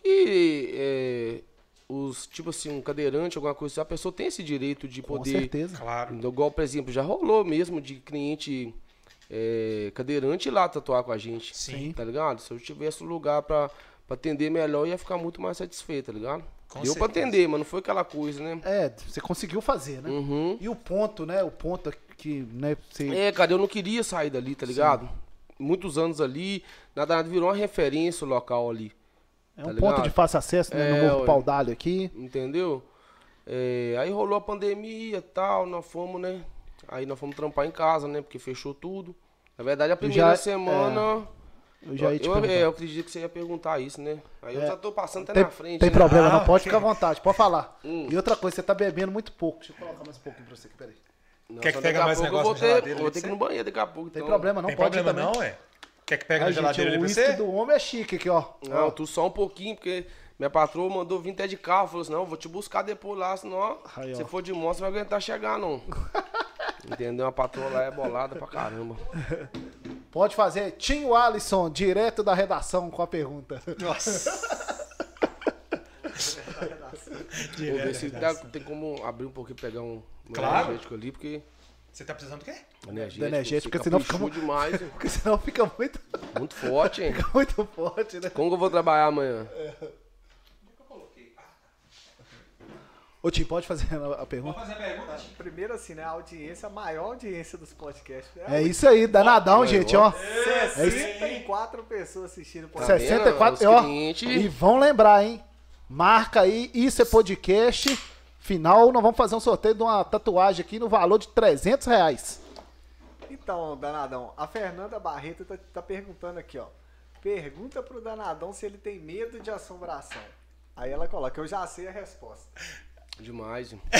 que tipo assim, um cadeirante, alguma coisa assim, a pessoa tem esse direito de Com poder... certeza. Claro. Igual, por exemplo, já rolou mesmo de cliente cadeirante ir lá tatuar com a gente. Sim. Tá ligado? Se eu tivesse um lugar pra atender melhor, eu ia ficar muito mais satisfeito, tá ligado? Com Deu pra certeza. atender, mas não foi aquela coisa, né? Você conseguiu fazer, né? Uhum. E o ponto, né? O ponto que, né, você... Cara, eu não queria sair dali, tá ligado? Muitos anos ali, nada virou uma referência o local ali. É tá um ligado? ponto de fácil acesso, né? No Morro ué. Pau d'Alho aqui. Entendeu? Aí rolou a pandemia e tal, nós fomos, né? Aí nós fomos trampar em casa, né? Porque fechou tudo. Na verdade, a primeira semana... Eu já ia te perguntar. Eu acredito que você ia perguntar isso, né? Aí eu já tô passando até na frente. Tem né? problema, não pode ficar à vontade, pode falar. Hum. E outra coisa, você tá bebendo muito pouco. Deixa eu colocar mais um pouquinho pra você aqui, peraí. Não, Quer que só pega daqui a mais pouco negócio eu na geladeira vou ali ter pra que ir no banheiro daqui a pouco. Tem então. problema, não Tem pode problema também. não, é? Quer que pegue na Ai, gente, geladeira ali o pra uísque você? do homem é chique aqui, ó. Não, tu só um pouquinho, porque minha patroa mandou vir até de carro. Falou assim, não, vou te buscar depois lá, senão Aí, ó. se for de moto, você vai aguentar chegar, não. Entendeu? A patroa lá é bolada pra caramba. Pode fazer. Tinho Alisson, direto da redação, com a pergunta. Nossa. Vou ver se tem como abrir um pouquinho e pegar um Claro. energético ali, porque... Você tá precisando do quê? Energético, porque senão fica caprichudo demais, hein? Porque senão fica muito, Muito forte, hein? muito forte, né? Como que eu vou trabalhar amanhã? Ô, Tim, pode fazer a pergunta? Vamos fazer a pergunta, Tim? Primeiro assim, né? A audiência, a maior audiência dos podcasts. É isso aí, danadão, gente, ó. 64 pessoas assistindo o Tá podcast. vendo? 64, Os ó. clientes- E vão lembrar, hein? Marca aí, isso é podcast. Final, nós vamos fazer um sorteio de uma tatuagem aqui no valor de R$300. Então, Danadão, a Fernanda Barreto tá perguntando aqui, ó. Pergunta pro Danadão se ele tem medo de assombração. Aí ela coloca, eu já sei a resposta. Demais, hein?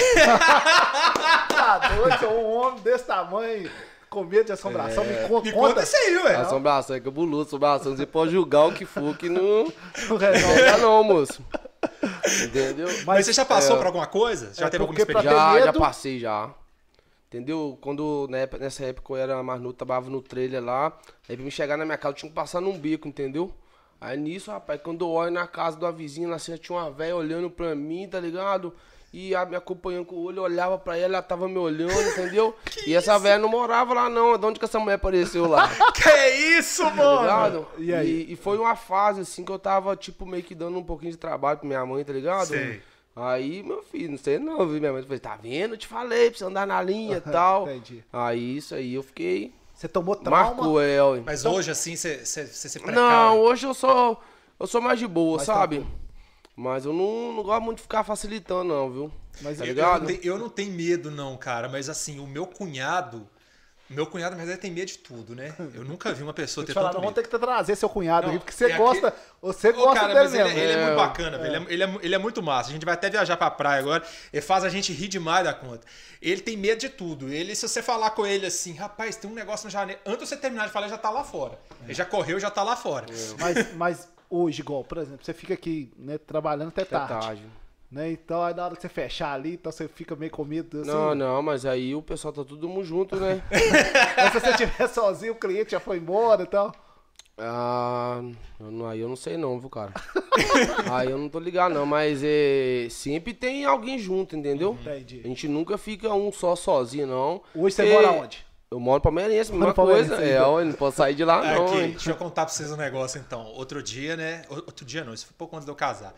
Tá doido, um homem desse tamanho, com medo de assombração, me Me conta. conta isso aí, ué. Assombração é cabuloso, assombração. Você pode julgar o que for, que não Não resolve. pega não, moço. Entendeu? Mas você já passou por alguma coisa? Já teve alguma porque pra experiência? ter Já medo- passei já. Entendeu? Quando, nessa época eu era mais novo, trabalhava no trailer lá. Aí pra me chegar na minha casa eu tinha que passar num beco, entendeu? Aí nisso, rapaz, quando eu olho na casa da vizinha, assim, tinha uma velha olhando pra mim, tá ligado? E me acompanhando com o olho, eu olhava pra ela tava me olhando, entendeu? E essa velha não morava lá não, de onde que essa mulher apareceu lá? Que isso, Tá mano? ligado? E aí? E foi uma fase, assim, que eu tava, tipo, meio que dando um pouquinho de trabalho pra minha mãe, tá ligado? Sei. Aí, meu filho, não sei não, viu? Minha mãe falou, tá vendo? Eu te falei pra você andar na linha e tal. Entendi. Aí, isso aí, eu fiquei... Você tomou trauma? Marcou ela. Mas hoje, assim, você se precave? Não, hoje eu sou mais de boa, Mais sabe? tranquilo. Mas eu não gosto muito de ficar facilitando, não, viu? Mas tá Eu ligado? não tenho medo, não, cara. Mas assim, o meu cunhado, na verdade, tem medo de tudo, né? Eu nunca vi uma pessoa Vou ter te falar, tanto não vamos medo. ter que trazer seu cunhado Não, aqui, porque você é gosta, você Ô, gosta cara, dele mas ele mesmo. é muito bacana, velho. Ele é muito massa. A gente vai até viajar pra praia agora. Ele faz a gente rir demais da conta. Ele tem medo de tudo. Ele, se você falar com ele assim, rapaz, tem um negócio na janela. Antes de você terminar de falar, ele já tá lá fora. Ele já correu, já tá lá fora. Mas hoje, igual, por exemplo, você fica aqui, né, trabalhando até Até tarde. tarde. Né? Então, aí na hora que você fechar ali, então você fica meio com medo. Assim, Não, mas aí o pessoal tá todo mundo junto, né? Mas se você estiver sozinho, o cliente já foi embora e tal. Ah, aí eu não sei não, viu, cara? Aí eu não tô ligado não, mas sempre tem alguém junto, entendeu? Entendi. A gente nunca fica um só sozinho, não. Hoje você Porque mora onde? Eu moro em Palmeirense, mesma Mora em coisa. Palmeirense, Eu não posso sair de lá não, Aqui, hein? deixa eu contar pra vocês um negócio então. Outro dia, né? Outro dia não, isso foi pouco antes de eu casar.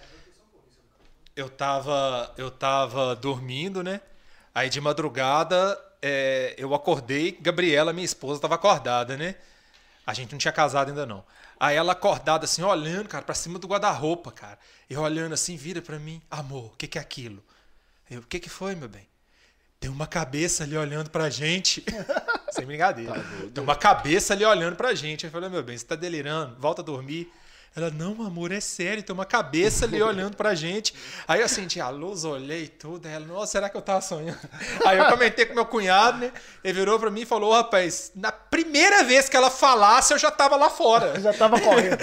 Eu tava dormindo, né? Aí de madrugada eu acordei, Gabriela, minha esposa, tava acordada, né? A gente não tinha casado ainda não. Aí ela acordada assim, olhando, cara, pra cima do guarda-roupa, cara. E olhando assim, vira pra mim, amor, o que é aquilo? Eu, o que foi, meu bem? Tem uma cabeça ali olhando pra gente. Sem brincadeira. Tem uma cabeça ali olhando pra gente. Eu falei, meu bem, você tá delirando? Volta a dormir. Ela, não, amor, é sério, tem uma cabeça ali olhando pra gente. Aí eu acendi a luz, olhei tudo. Aí ela, nossa, será que eu tava sonhando? Aí eu comentei com meu cunhado, né? Ele virou pra mim e falou, rapaz, na primeira vez que ela falasse, eu já tava lá fora. Já tava correndo.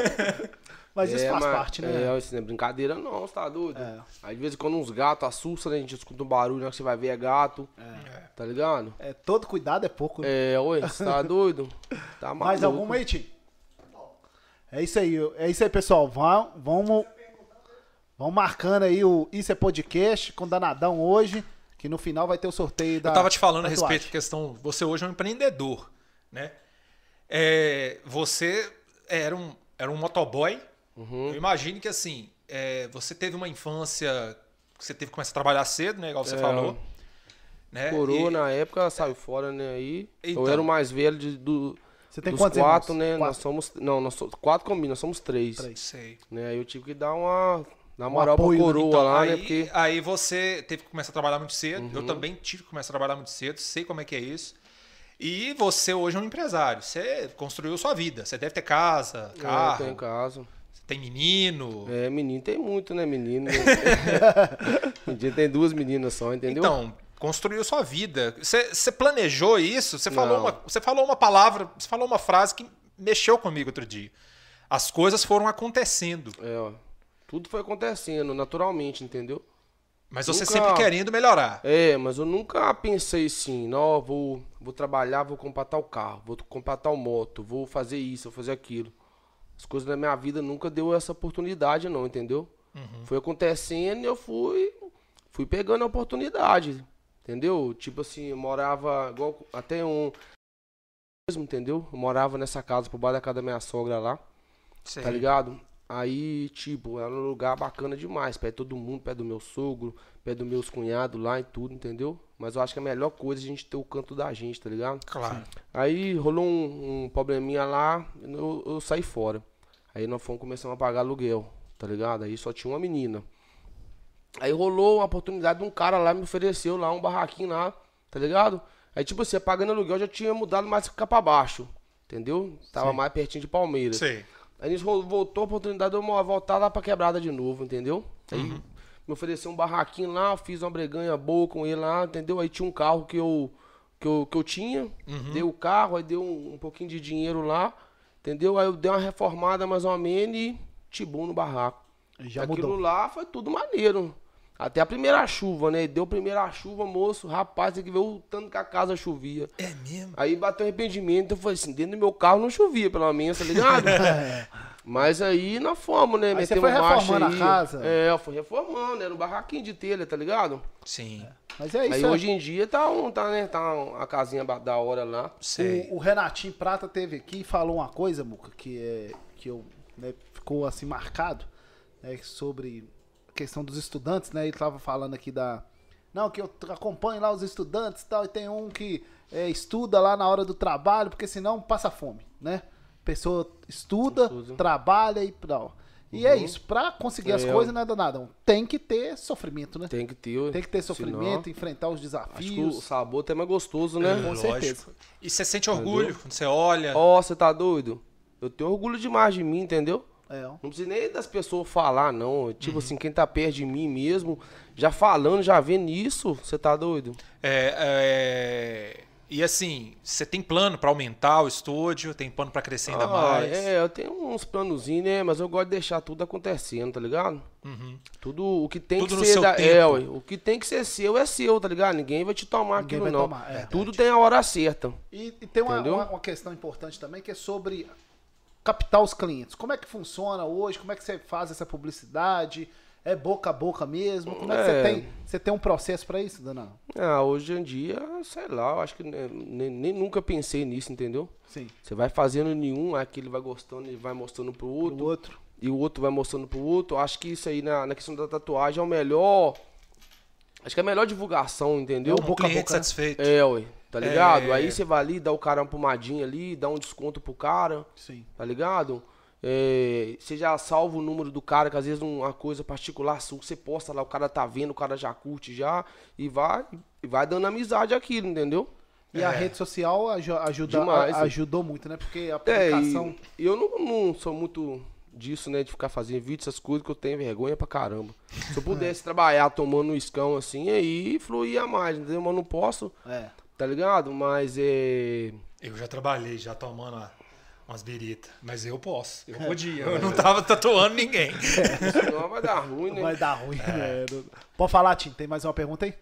Mas isso faz mas- parte, né? Isso não é brincadeira não, você tá doido? É. Aí de vez em quando uns gatos assustam, né? A gente escuta um barulho, né? Que você vai ver é gato. Tá ligado? É, todo cuidado é pouco. Né? Oi, você tá doido? Tá maluco. Mais alguma aí, Tim? É isso aí, pessoal. Vamos marcando aí o Isso é Podcast com o Danadão hoje, que no final vai ter o sorteio da Eu tava te falando a tatuagem. respeito da questão, você hoje é um empreendedor, né? Você era um motoboy. Eu imagino que assim, você teve uma infância que você teve que começar a trabalhar cedo, né? Igual você falou. Né? Coroa E- na época saiu fora, né? Aí Então. eu era o mais velho Você tem dos quantos quatro, irmãos? né? Quatro. Nós somos. Não, nós somos 4 comigo, nós somos 3. Sei. Né? Aí eu tive que dar uma moral apoio, pra né? coroa Então, lá, aí, né? Porque. aí você teve que começar a trabalhar muito cedo. Eu também tive que começar a trabalhar muito cedo. Sei como é que é isso. E você hoje é um empresário. Você construiu sua vida. Você deve ter casa, carro. Eu tenho casa. Você tem menino. Menino tem muito, né, menino? Menino tem 2 meninas só, entendeu? Então, construiu sua vida. Você planejou isso? Você Não. falou uma palavra, você falou uma frase que mexeu comigo outro dia. As coisas foram acontecendo. Ó, tudo foi acontecendo naturalmente, entendeu? Mas você Nunca- sempre querendo melhorar. Mas eu nunca pensei assim, não, vou trabalhar, vou comprar tal carro, vou comprar tal moto, vou fazer isso, vou fazer aquilo. As coisas da minha vida nunca deu essa oportunidade não, entendeu? Foi acontecendo e eu fui pegando a oportunidade, entendeu? Tipo assim, eu morava igual até mesmo, entendeu? Eu morava nessa casa, por baixo da casa da minha sogra lá, Sei. tá ligado? Aí, tipo, era um lugar bacana demais, perto de todo mundo, perto do meu sogro, perto dos meus cunhados lá e tudo, entendeu? Mas eu acho que a melhor coisa é a gente ter o canto da gente, tá ligado? Claro. Aí rolou um probleminha lá, eu saí fora. Aí nós começamos a pagar aluguel, tá ligado? Aí só tinha uma menina. Aí rolou uma oportunidade de um cara lá, me ofereceu lá um barraquinho lá, tá ligado? Aí tipo assim, pagando aluguel eu já tinha mudado mais cá pra baixo, entendeu? Tava mais pertinho de Palmeiras. Sei. Aí eles voltou a oportunidade de eu voltar lá pra quebrada de novo, entendeu? Aí me ofereceu um barraquinho lá, fiz uma breganha boa com ele lá, entendeu? Aí tinha um carro que eu tinha, dei o carro, aí deu um pouquinho de dinheiro lá, entendeu? Aí eu dei uma reformada mais ou menos e tibum no barraco. E já Aquilo mudou. lá foi tudo maneiro. Até a primeira chuva, né? Deu a primeira chuva, moço, rapaz, tem que ver o tanto que a casa chovia. É mesmo? Aí bateu arrependimento, eu falei assim, dentro do meu carro não chovia, pelo menos, tá ligado? Mas aí nós fomos, né? Aí você metemos foi marcha reformando a aí. casa? Eu fui reformando, era um barraquinho de telha, tá ligado? Sim. Mas é isso. Aí é. hoje em dia tá a casinha da hora lá. Sei. O Renatinho Prata teve aqui e falou uma coisa, Muca, que eu, né, ficou assim marcado, né, sobre a questão dos estudantes, né? Ele tava falando aqui não, que eu acompanho lá os estudantes e tal, e tem um que estuda lá na hora do trabalho, porque senão passa fome, né? A pessoa estuda, trabalha e tal. E é isso, pra conseguir as coisas, não é danado. Tem que ter sofrimento, né? Tem que ter. Tem que ter sofrimento, senão, enfrentar os acho que o desafios. sabor até é mais gostoso, né? Com Lógico. certeza. E você sente orgulho quando você olha. Ó, você tá doido? Eu tenho orgulho demais de mim, entendeu? Ó. Não precisa nem das pessoas falar, não. Tipo assim, quem tá perto de mim mesmo, já falando, já vendo isso, você tá doido? E assim, você tem plano pra aumentar o estúdio? Tem plano pra crescer ainda mais? Eu tenho uns planozinhos, né? Mas eu gosto de deixar tudo acontecendo, tá ligado? Tudo o que tem Tudo no que ser seu tempo. ué, o que tem que ser seu é seu, tá ligado? Ninguém vai te tomar Ninguém aquilo, vai não. tomar, é Tudo tem a hora certa. E tem Entendeu? uma questão importante também, que é sobre captar os clientes. Como é que funciona hoje? Como é que você faz essa publicidade? É boca a boca mesmo? Como é que você tem? Você tem um processo pra isso, Danão? Hoje em dia, sei lá, eu acho que nem nunca pensei nisso, entendeu? Sim. Você vai fazendo nenhum, aquele vai gostando, ele vai mostrando pro outro. O outro. E o outro vai mostrando pro outro. Eu acho que isso aí na questão da tatuagem é o melhor. Acho que é a melhor divulgação, entendeu? É o boca a Cliente boca, né? satisfeito. Ué, tá ligado? É. Aí você vai ali, dá o cara uma pomadinha ali, dá um desconto pro cara, Sim. tá ligado? Você já salva o número do cara, que às vezes uma coisa particular sua, você posta lá, o cara tá vendo, o cara já curte já, e vai dando amizade aquilo, entendeu? E a rede social Demais, ajudou muito, né? Porque a E publicação... eu não sou muito disso, né, de ficar fazendo vídeo, essas coisas que eu tenho vergonha pra caramba. Se eu pudesse trabalhar tomando um escão assim, aí fluía mais, entendeu? Mas não posso, tá ligado? Mas Eu já trabalhei, já tomando umas biritas. Mas eu posso. Eu podia. Eu não tava tatuando ninguém. senão vai dar ruim, né? Vai dar ruim, né? Pode falar, Tim. Tem mais uma pergunta aí?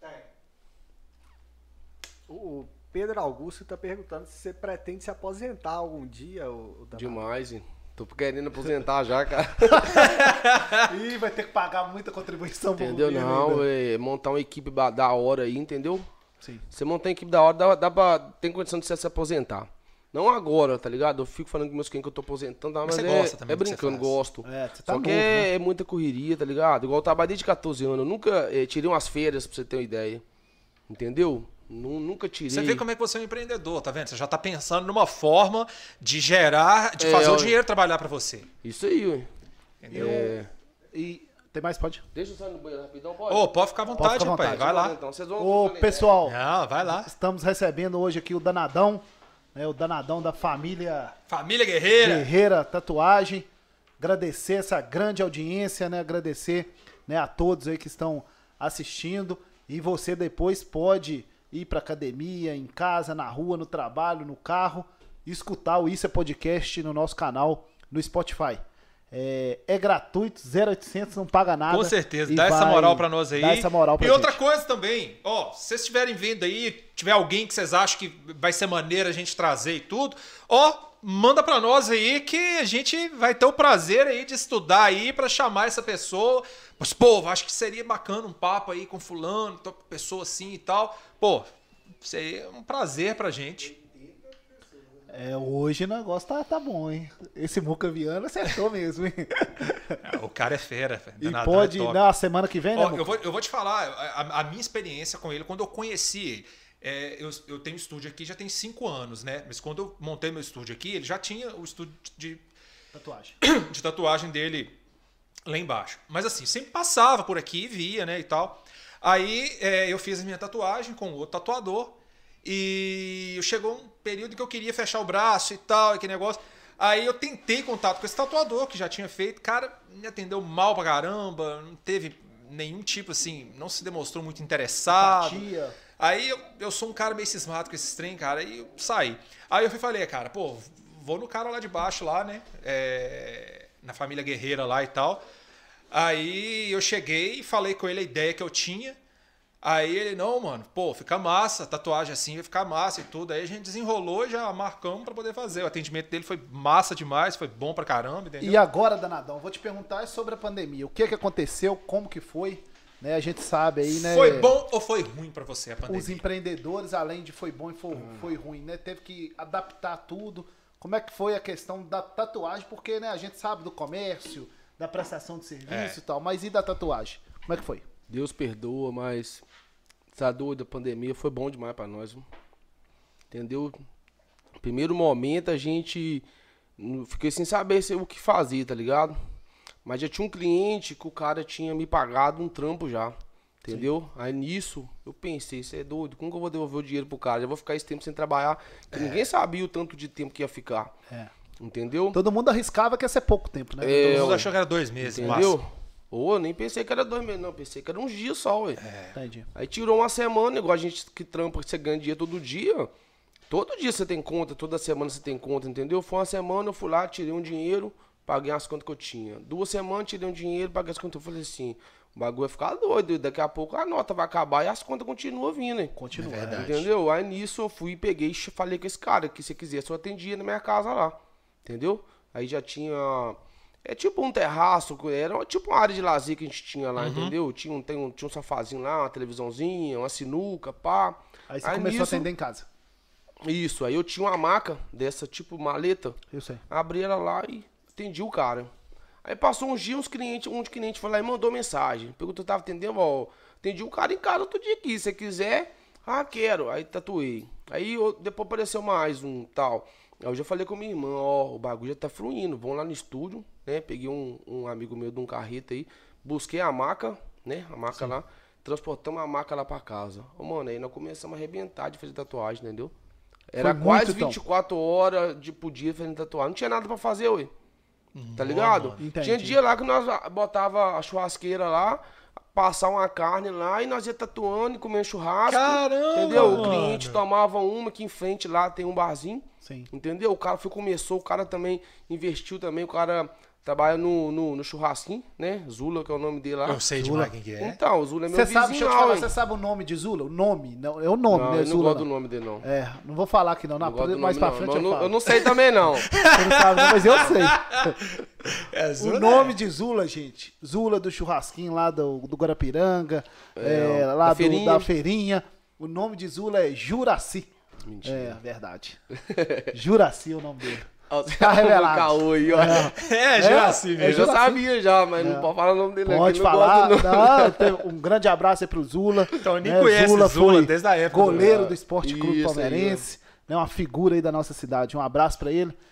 O Pedro Augusto tá perguntando se você pretende se aposentar algum dia, o Danado. Demais, hein? Tô querendo aposentar já, cara. Ih, vai ter que pagar muita contribuição pro Entendeu? governo Não, ainda. montar uma equipe da hora aí, entendeu? Sim. Você montar uma equipe da hora, tem condição de você se aposentar. Não agora, tá ligado? Eu fico falando com meus clientes que eu tô aposentando, mas você gosta também é do que você brincando, faz. gosto. Você tá Só novo, que né? é muita correria, tá ligado? Igual eu trabalhei desde 14 anos, eu nunca tirei umas férias pra você ter uma ideia. Entendeu? Nunca tirei. Você vê como é que você é um empreendedor, tá vendo? Você já tá pensando numa forma de gerar, de fazer o dinheiro trabalhar pra você. Isso aí, ué. Entendeu? E Tem mais? Pode? Deixa eu sair no banheiro rapidão, pode? Ô, pode ficar à vontade, ficar à rapaz. vontade. Vai lá. Então, vocês vão Ô, pessoal, Não, vai lá. estamos recebendo hoje aqui o Danadão, né, o Danadão da família Família Guerreira. Guerreira Tatuagem. Agradecer essa grande audiência, né? Agradecer, né, a todos aí que estão assistindo. E você depois pode ir para academia, em casa, na rua, no trabalho, no carro, e escutar o Isso é Podcast no nosso canal no Spotify. É gratuito, 0800, não paga nada. Com certeza, e dá essa vai moral pra nós aí. Dá essa moral pra E outra gente. coisa também, ó, se vocês estiverem vendo aí, tiver alguém que vocês acham que vai ser maneiro a gente trazer e tudo, ó, manda pra nós aí que a gente vai ter o prazer aí de estudar aí pra chamar essa pessoa. Mas, pô, acho que seria bacana um papo aí com fulano, pessoa assim e tal. Pô, seria um prazer pra gente. Hoje o negócio tá bom, hein? Esse Muca Viana acertou mesmo, hein? O cara é fera, velho. E Danadão pode, é top. na semana que vem, né, Ó, Muca? eu vou te falar, a minha experiência com ele, quando eu conheci ele, eu tenho estúdio aqui já tem 5 anos, né? Mas quando eu montei meu estúdio aqui, ele já tinha o estúdio Tatuagem. de tatuagem dele lá embaixo. Mas assim, sempre passava por aqui, via, né, e tal. Aí eu fiz a minha tatuagem com outro tatuador e chegou um período que eu queria fechar o braço e tal, aquele negócio. Aí eu tentei contato com esse tatuador que já tinha feito, cara, me atendeu mal pra caramba, não teve nenhum tipo assim, não se demonstrou muito interessado. Empatia. Aí eu sou um cara meio cismado com esses trem, cara, e eu saí. Aí eu falei, cara, pô, vou no cara lá de baixo lá, né, na família Guerreira lá e tal. Aí eu cheguei e falei com ele a ideia que eu tinha. Aí ele, não, mano, pô, fica massa, tatuagem assim vai ficar massa e tudo. Aí a gente desenrolou e já marcamos pra poder fazer. O atendimento dele foi massa demais, foi bom pra caramba, entendeu? E agora, Danadão, vou te perguntar sobre a pandemia. O que aconteceu, como que foi, né? A gente sabe aí, né? Foi bom ou foi ruim pra você a pandemia? Os empreendedores, além de foi bom e foi ruim, né? Teve que adaptar tudo. Como é que foi a questão da tatuagem? Porque, né, a gente sabe do comércio, da prestação de serviço e tal, mas e da tatuagem? Como é que foi? Deus perdoa, mas essa dor da pandemia foi bom demais pra nós, viu? Entendeu? No primeiro momento a gente fiquei sem saber o que fazer, tá ligado? Mas já tinha um cliente que o cara tinha me pagado um trampo já, entendeu? Sim. Aí nisso eu pensei, você é doido, como que eu vou devolver o dinheiro pro cara? Já vou ficar esse tempo sem trabalhar, que ninguém sabia o tanto de tempo que ia ficar, entendeu? Todo mundo arriscava que ia ser pouco tempo, né? Todo mundo achou que era 2 meses, entendeu? Massa. Eu nem pensei que era 2 meses, não. Pensei que era uns dias só, ué. Entendi. Aí tirou uma semana, igual a gente que trampa, que você ganha dinheiro todo dia. Todo dia você tem conta, toda semana você tem conta, entendeu? Foi uma semana, eu fui lá, tirei um dinheiro, paguei as contas que eu tinha. 2 semanas, tirei um dinheiro, paguei as contas. Eu falei assim, o bagulho vai ficar doido. Daqui a pouco a nota vai acabar e as contas continuam vindo, hein? Continua, entendeu? Aí nisso eu fui, peguei e falei com esse cara, que se quisesse eu atendia na minha casa lá, entendeu? Aí já tinha... É tipo um terraço, era tipo uma área de lazer que a gente tinha lá, entendeu? Tinha um sofazinho lá, uma televisãozinha, uma sinuca, pá. Aí você começou a atender em casa. Isso, aí eu tinha uma maca dessa, tipo maleta. Eu sei. Abri ela lá e atendi o cara. Aí passou uns dias, um cliente foi lá e mandou mensagem. Perguntou se eu tava atendendo, ó. Atendi o cara em casa outro dia aqui, se você quiser. Ah, quero. Aí tatuei. Aí depois apareceu mais um tal. Aí eu já falei com minha irmã, ó, o bagulho já tá fluindo, vamos lá no estúdio, né? Peguei um amigo meu de um carreta aí, busquei a maca, né? A maca lá, transportamos a maca lá pra casa. Ô, mano, aí nós começamos a arrebentar de fazer tatuagem, entendeu? Era Foi quase muito, então. 24 horas por dia fazendo tatuagem. Não tinha nada pra fazer, ué. Tá ligado? Entendi. Tinha dia lá que nós botava a churrasqueira lá, passar uma carne lá e nós ia tatuando e comendo churrasco. Caramba, entendeu? mano. O cliente tomava uma que em frente lá tem um barzinho. Sim. Entendeu? O cara começou, o cara também investiu também, o cara trabalha no churrasquinho, né? Zula, que é o nome dele lá. Eu sei Zula. demais quem que é. Então, o Zula é meu Você vizinho sabe, deixa eu te lá, falar, ué. você sabe o nome de Zula? O nome? Não, é o nome, Não, né? eu não Zula. gosto do nome dele, não. Não vou falar aqui não. Não gosto do Mais nome, pra não. frente eu falo. Eu não sei também, não. Você não sabe, não, mas eu sei. Zula O nome de Zula, gente. Zula do churrasquinho lá do Guarapiranga, lá da feirinha. da feirinha. O nome de Zula é Juraci. Mentira. É, verdade. Juraci é o nome dele. Ó, Tá revelado. Caô aí, ó. Juraci Eu mesmo. já sabia já, mas não pode falar o nome dele Pode aqui. não falar. gosto, não. Um grande abraço aí pro Zula. Então, nem conhece Zula foi desde a época goleiro do- do Esporte Clube Isso aí, Palmeirense. Né, uma figura aí da nossa cidade. Um abraço pra ele.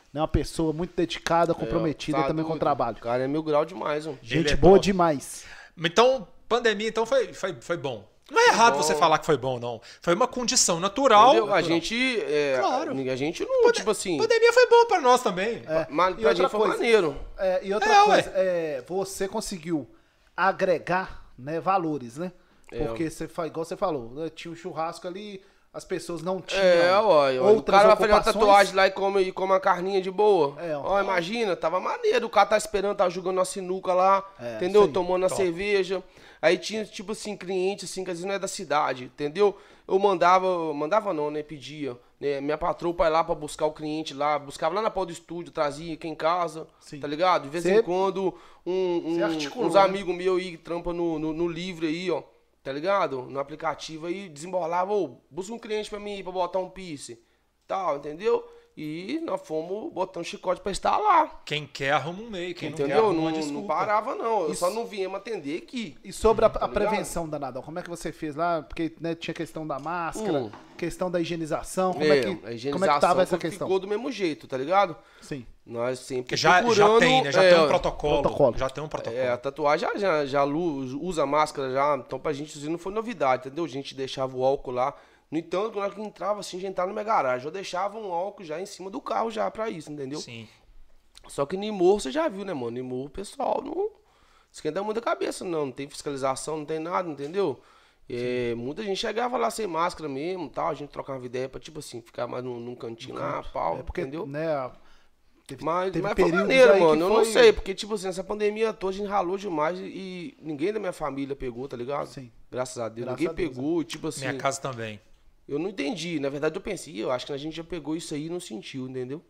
né? Uma pessoa muito dedicada, comprometida tá também com o doido. trabalho. O cara é 1000 graus demais, ó. Gente Ele é boa top. demais. Então, pandemia, então foi bom. Não é errado bom. você falar que foi bom, não. Foi uma condição natural. Entendeu? A natural. gente, Claro. a gente não, tipo assim, Pandemia foi bom pra nós também. mas E pra outra gente foi coisa, maneiro. E outra É, coisa, você conseguiu agregar, né, valores, né? É. Porque igual você falou, né, tinha um churrasco ali, as pessoas não tinham Ué. O outras cara vai fazer uma ocupações. tatuagem lá e come uma carninha de boa. Ó. Ó, imagina, tava maneiro. O cara tá esperando, tá jogando a sinuca lá, entendeu? isso aí. Tomando a cerveja. Aí tinha, tipo assim, cliente, assim, que às vezes não é da cidade, entendeu? Eu mandava não, né? Pedia. Né? Minha patroa pra ir lá pra buscar o cliente lá, buscava lá na porta do estúdio, trazia aqui em casa, Sim. tá ligado? De vez Cê- em quando, Cê articulou, uns né? amigos meus aí que trampam no livre aí, ó. Tá ligado? No aplicativo aí, desembolava, busca um cliente pra mim, pra botar um piercing, tal, entendeu? E nós fomos botando chicote pra estar lá. Quem quer arruma um meio, quem não quer Entendeu? arruma uma Não desculpa. parava, não. Eu Isso. só não viemos atender aqui. E sobre a ligado? prevenção, Danadão, como é que você fez lá? Porque, né, tinha questão da máscara, questão da higienização, como é que tava essa questão? ficou do mesmo jeito, tá ligado? Sim. Nós sempre Porque já procurando... tem, né? Já tem um protocolo. Já tem um protocolo. A tatuagem já usa máscara já, então pra gente isso não foi novidade, entendeu? A gente deixava o álcool lá. No entanto, quando eu entrava assim, a gente entrava na minha garagem, eu deixava um álcool já em cima do carro já pra isso, entendeu? Sim. Só que no morro você já viu, né, mano? No morro o pessoal não esquenta muita cabeça, não tem fiscalização, não tem nada, entendeu? Muita gente chegava lá sem máscara mesmo, tal, a gente trocava ideia pra, tipo assim, ficar mais num cantinho lá, pau, Porque, entendeu? né, teve Mas foi períodos maneiro, aí que mano. Eu não foi- sei, porque, tipo assim, essa pandemia toda a gente ralou demais e ninguém da minha família pegou, tá ligado? Sim. Graças a Deus. Graças ninguém a Deus, pegou, tipo assim. Minha casa também. Eu não entendi. Na verdade, eu pensei, eu acho que a gente já pegou isso aí e não sentiu, entendeu?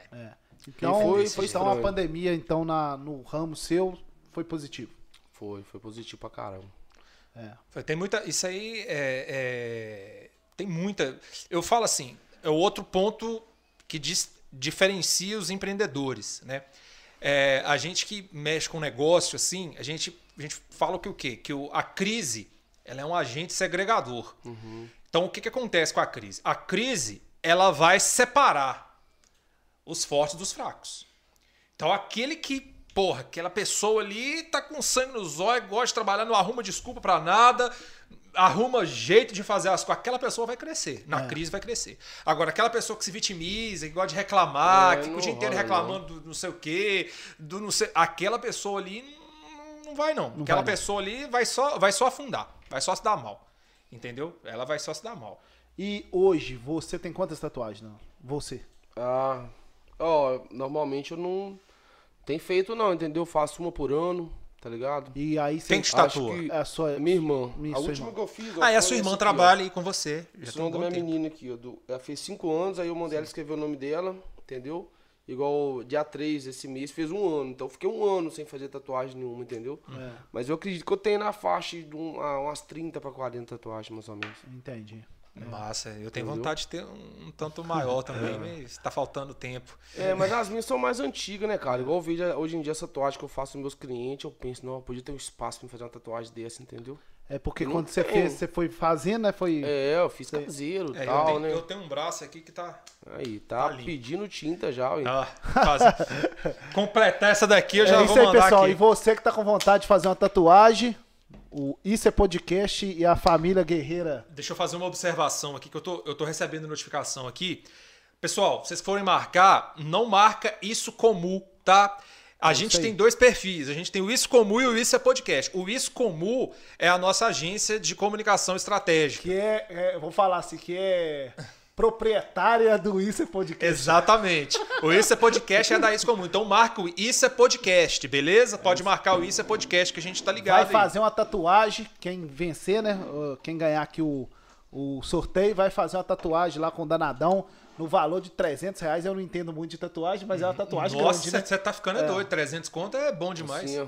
Então, foi então a estranho. pandemia, então, no ramo seu, foi positivo. Foi positivo pra caramba. Tem muita. Isso aí tem muita. Eu falo assim, é o outro ponto que diferencia os empreendedores, né? A gente que mexe com negócio, assim, a gente fala que o quê? Que a crise ela é um agente segregador. Então, o que acontece com a crise? A crise ela vai separar os fortes dos fracos. Então, aquela pessoa ali tá com sangue nos olhos, gosta de trabalhar, não arruma desculpa pra nada, arruma jeito de fazer as coisas, aquela pessoa vai crescer. Na crise vai crescer. Agora, aquela pessoa que se vitimiza, que gosta de reclamar, que fica o dia inteiro reclamando do não sei o quê, do não sei... Aquela pessoa ali não vai, não. Aquela pessoa ali vai só afundar, vai só se dar mal. Entendeu? Ela vai só se dar mal. E hoje, você tem quantas tatuagens, não? Você? Normalmente eu não tenho feito não, entendeu? Eu faço uma por ano, tá ligado? E aí você... Quem te tatua? Acho que É a sua... minha irmã. Minha A sua última irmã. que eu fiz... E a foi sua irmã essa aqui, trabalha aí com você. Já Esse tem um nome da bom minha tempo. menina aqui, ela fez 5 anos, aí eu mandei ela escrever o nome dela, entendeu? Igual dia 3 esse mês fez 1 ano, então eu fiquei 1 ano sem fazer tatuagem nenhuma, entendeu? Mas eu acredito que eu tenho na faixa de umas 30 pra 40 tatuagens, mais ou menos. Entendi. Massa, eu tenho Entendeu? vontade de ter um tanto maior também, mas tá faltando tempo. Mas as minhas são mais antigas, né, cara? Igual eu vejo hoje em dia essa tatuagem que eu faço nos meus clientes, eu penso, não, eu podia ter um espaço pra fazer uma tatuagem dessa, entendeu? É porque Não quando você tenho. fez, você foi fazendo, né? Foi... Eu fiz caseiro e tal, né? Eu tenho um braço aqui que tá... Aí, tá limpo. pedindo tinta já, ué. Completar essa daqui eu já isso vou aí, mandar pessoal. aqui. E você que tá com vontade de fazer uma tatuagem, o Isso é Podcast e a família Guerreira. Deixa eu fazer uma observação aqui, que eu tô recebendo notificação aqui. Pessoal, vocês forem marcar, não marca Isso Comum, tá? A gente aí. tem 2 perfis, a gente tem o Isso Comum e o Isso é Podcast. O Isso Comum é a nossa agência de comunicação estratégica. Que eu vou falar assim, que é proprietária do Isso é Podcast. Exatamente. O Isso é Podcast é da Isso Comum. Então marca o Isso é Podcast, beleza? Pode marcar o Isso é Podcast que a gente tá ligado Vai aí. fazer uma tatuagem, quem vencer, né? Quem ganhar aqui o sorteio, vai fazer uma tatuagem lá com o Danadão no valor de R$300. Eu não entendo muito de tatuagem, mas é uma tatuagem Nossa, grande, né? você tá ficando doido. 300 conto é bom demais. Assim, ó.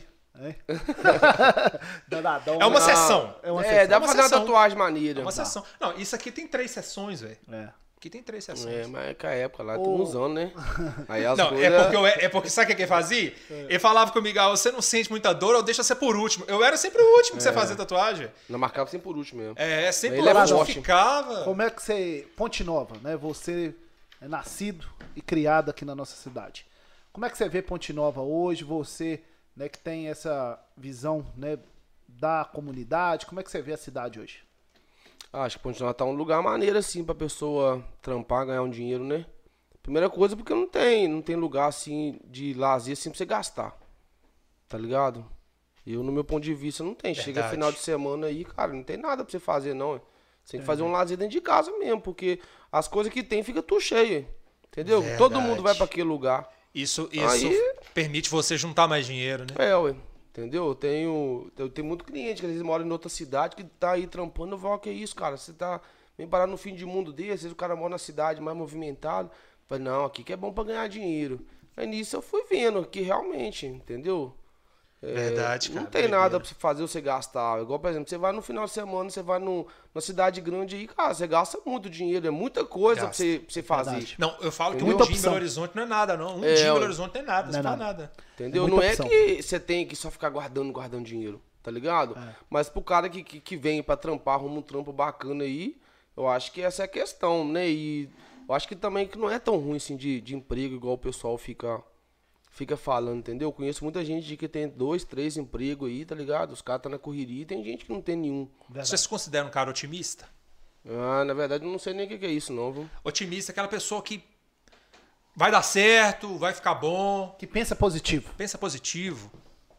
Danadão. É uma né? sessão. É uma Dá sessão. pra uma fazer uma sessão. tatuagem maneira. É uma sessão. Não, isso aqui tem 3 sessões, velho. É. Aqui tem 3 sessões. Mas é que a época lá, estamos usando, né? Aí as Não, coisas... é porque sabe o que ele fazia? Ele falava comigo, você não sente muita dor, ou deixa você por último. Eu era sempre o último que você fazia tatuagem. Não marcava sempre por último mesmo. Sempre Ele o é último forte. ficava. Como é que você... Ponte Nova, né? Você é nascido e criado aqui na nossa cidade. Como é que você vê Ponte Nova hoje? Você, né, que tem essa visão, né, da comunidade, como é que você vê a cidade hoje? Acho que Ponte Nova tá um lugar maneiro assim pra pessoa trampar, ganhar um dinheiro, né? Primeira coisa porque não tem lugar assim de lazer assim pra você gastar. Tá ligado? Eu, no meu ponto de vista, não tem. Chega Verdade. final de semana aí, cara, não tem nada pra você fazer, não. Você tem que fazer um lazer dentro de casa mesmo, porque as coisas que tem fica tudo cheio. Entendeu? Verdade. Todo mundo vai pra aquele lugar. Isso Aí- permite você juntar mais dinheiro, né? É, ué. Entendeu? Eu tenho muito cliente que às vezes mora em outra cidade que tá aí trampando. Eu falo, que é isso, cara? Você tá vem parar no fim de mundo desse, às vezes o cara mora na cidade mais movimentado. Eu falei, não, aqui que é bom pra ganhar dinheiro. Aí nisso eu fui vendo que realmente, entendeu? Verdade, cara. Não tem nada pra você fazer você gastar. Igual, por exemplo, você vai no final de semana, você vai numa cidade grande aí, cara, você gasta muito dinheiro, é muita coisa pra Gasta. você fazer. Verdade. Não, eu falo que um Muita dia em opção. Belo Horizonte não é nada, não. Um É, dia em ué. Belo Horizonte não é nada, Não não é faz nada. nada. Entendeu? muita Não é opção. que você tem que só ficar guardando dinheiro, tá ligado? Mas pro cara que vem pra trampar, arruma um trampo bacana aí, eu acho que essa é a questão, né? E eu acho que também que não é tão ruim assim de emprego, igual o pessoal fica falando, entendeu? Eu conheço muita gente que tem 2, 3 empregos aí, tá ligado? Os caras tá na correria e tem gente que não tem nenhum. Você se considera um cara otimista? Ah, na verdade eu não sei nem o que é isso, não, viu? Otimista é aquela pessoa que vai dar certo, vai ficar bom, Que pensa positivo. pensa positivo.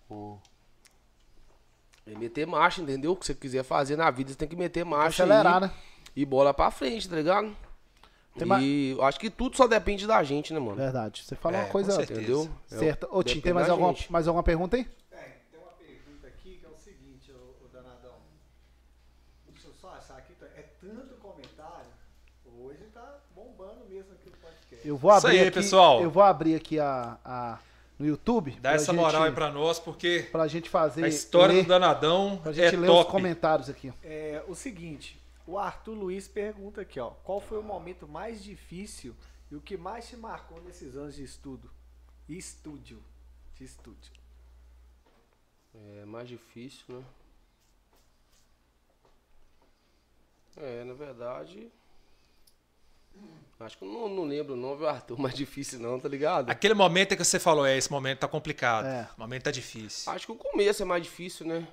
É meter marcha, entendeu? O que você quiser fazer na vida, você tem que meter marcha Acelerar, aí né? e bola pra frente, tá ligado? Tem E eu acho que tudo só depende da gente, né, mano? Verdade. Você falou É, uma coisa com certeza. Entendeu? certa. Ô, Tim, Depende tem mais da alguma, gente. mais alguma pergunta aí? Tem uma pergunta aqui que é o seguinte, ô Danadão. Deixa eu só achar aqui. É tanto comentário. Hoje tá bombando mesmo aqui o podcast. Eu vou Isso abrir aí, aqui, pessoal. Eu vou abrir aqui no YouTube. Dá essa moral aí pra nós, porque pra gente fazer. a história ler, do Danadão pra gente é ler os top. comentários aqui. É o seguinte, o Arthur Luiz pergunta aqui, ó. Qual foi o momento mais difícil e o que mais te marcou nesses anos de estudo? De estúdio. É mais difícil, né? É, na verdade. Acho que eu não lembro o nome, Arthur, mais difícil não, tá ligado? Aquele momento em que você falou, esse momento tá complicado. É. O momento tá difícil. Acho que o começo é mais difícil, né?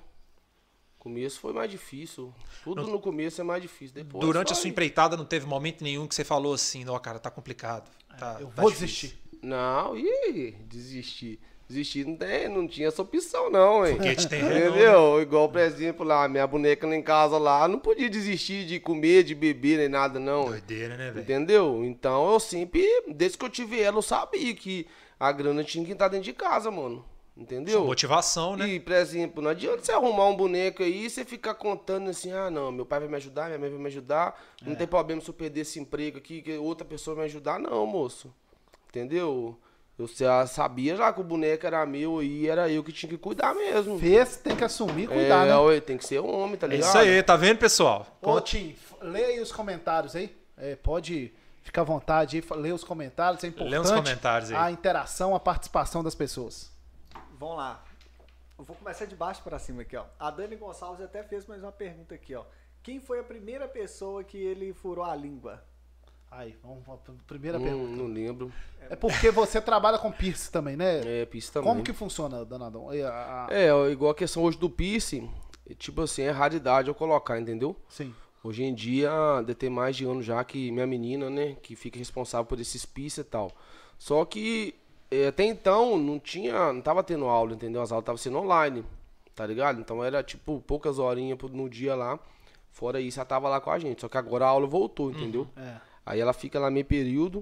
O começo foi mais difícil. Tudo no começo é mais difícil. Depois Durante a vai. sua empreitada não teve momento nenhum que você falou assim, não, cara, tá complicado. Tá, Eu tá vou difícil. desistir. Não, desistir. Desistir não tinha essa opção, não, hein? Foguete tem ré, não, Entendeu? Igual, por exemplo, lá, minha boneca lá em casa lá, não podia desistir de comer, de beber, nem nada, não. Doideira, né, velho? Entendeu? Então eu sempre, desde que eu tive ela, eu sabia que a grana tinha que estar dentro de casa, mano. Entendeu? Motivação, né? E, por exemplo, não adianta você arrumar um boneco aí e você ficar contando assim, ah, não, meu pai vai me ajudar, minha mãe vai me ajudar, não tem problema se eu perder esse emprego aqui, que outra pessoa vai me ajudar, não, moço. Entendeu? Eu já sabia já que o boneco era meu e era eu que tinha que cuidar mesmo. Fez, tem que assumir e cuidar, né? ué, tem que ser homem, tá É ligado? isso aí, tá vendo, pessoal? Ô, Tim, lê aí os comentários aí. Pode ficar à vontade aí, ler os comentários, é importante. Lê uns comentários aí. A interação, a participação das pessoas. Vamos lá. Eu vou começar de baixo para cima aqui, ó. A Dani Gonçalves até fez mais uma pergunta aqui, ó. Quem foi a primeira pessoa que ele furou a língua? Aí, vamos pra primeira pergunta. Não lembro. É porque você trabalha com piercing também, né? É, piercing também. Como que funciona, Danadão? Igual a questão hoje do piercing, tipo assim, é raridade eu colocar, entendeu? Sim. Hoje em dia, deve ter mais de ano já que minha menina, né, que fica responsável por esses piercing e tal. Só que até então não tava tendo aula, entendeu? As aulas estavam sendo online, tá ligado? Então era tipo poucas horinhas no dia lá. Fora isso, ela tava lá com a gente. Só que agora a aula voltou, entendeu? Aí ela fica lá meio período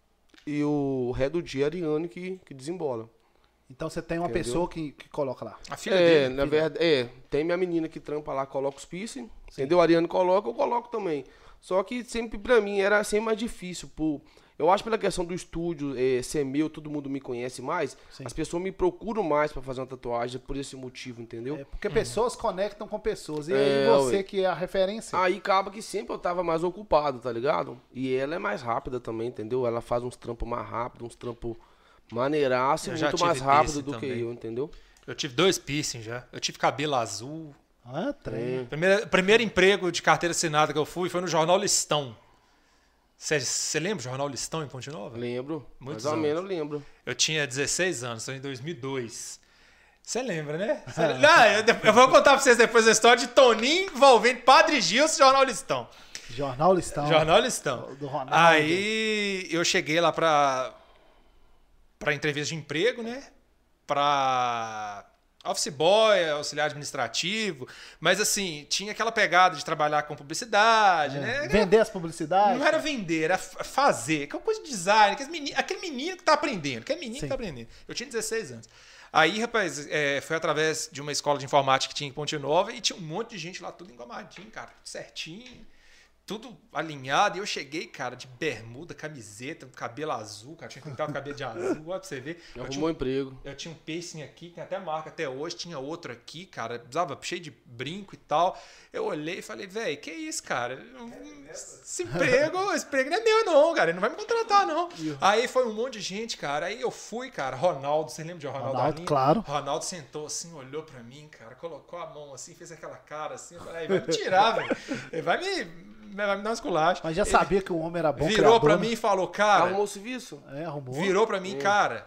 e o resto do dia é a Ariane que desembola. Então você tem uma Entendeu? pessoa que coloca lá. A filha dele. Na verdade, tem minha menina que trampa lá, coloca os piercing, entendeu? A Ariane coloca, eu coloco também. Só que sempre pra mim era sempre mais difícil, eu acho pela questão do estúdio ser meu, todo mundo me conhece mais, Sim. as pessoas me procuram mais pra fazer uma tatuagem por esse motivo, entendeu? Porque pessoas conectam com pessoas. E É, aí você ué. que é a referência. Aí acaba que sempre eu tava mais ocupado, tá ligado? E ela é mais rápida também, entendeu? Ela faz uns trampos mais rápidos, uns trampos maneiraço e Eu já muito tive mais rápido piercing do que também. eu, entendeu? Eu tive 2 piercing já. Eu tive cabelo azul. Trem. Primeiro emprego de carteira assinada que eu fui foi no jornal Listão. Você lembra do Jornal Listão em Ponte Nova? Lembro. Muitos Mais ou anos. menos eu lembro. Eu tinha 16 anos, foi em 2002. Você lembra, né? Não, eu vou contar pra vocês depois a história de Toninho envolvendo Padre Gilson e Jornal Listão. Jornal Listão. Jornal Listão. Do Ronaldo. Aí eu cheguei lá pra entrevista de emprego, né? Pra office boy, auxiliar administrativo. Mas assim, tinha aquela pegada de trabalhar com publicidade, né? Vender as publicidades. Não era vender, era fazer. Aquela coisa de design, aquele menino que tá aprendendo. Aquele menino Sim. que tá aprendendo. Eu tinha 16 anos. Aí, rapaz, foi através de uma escola de informática que tinha em Ponte Nova e tinha um monte de gente lá, tudo engomadinho, cara, certinho, tudo alinhado. E eu cheguei, cara, de bermuda, camiseta, cabelo azul, cara, tinha que pintar o cabelo de azul, olha pra você ver. Arrumou emprego. Eu tinha um piercing aqui, tem até marca até hoje, tinha outro aqui, cara, precisava cheio de brinco e tal. Eu olhei e falei, velho, que isso, cara? Esse emprego não é meu não, cara, ele não vai me contratar não. Aí foi um monte de gente, cara, aí eu fui, cara, Ronaldo, você lembra de Ronaldo Arlindo? Claro. Ronaldo sentou assim, olhou pra mim, cara, colocou a mão assim, fez aquela cara assim, eu falei, vai me tirar, velho, ele vai me dar um esculacho. Mas já sabia que o homem era bom Virou criador, pra né? mim e falou, cara... Arrumou o serviço? Arrumou. Virou pra mim, cara,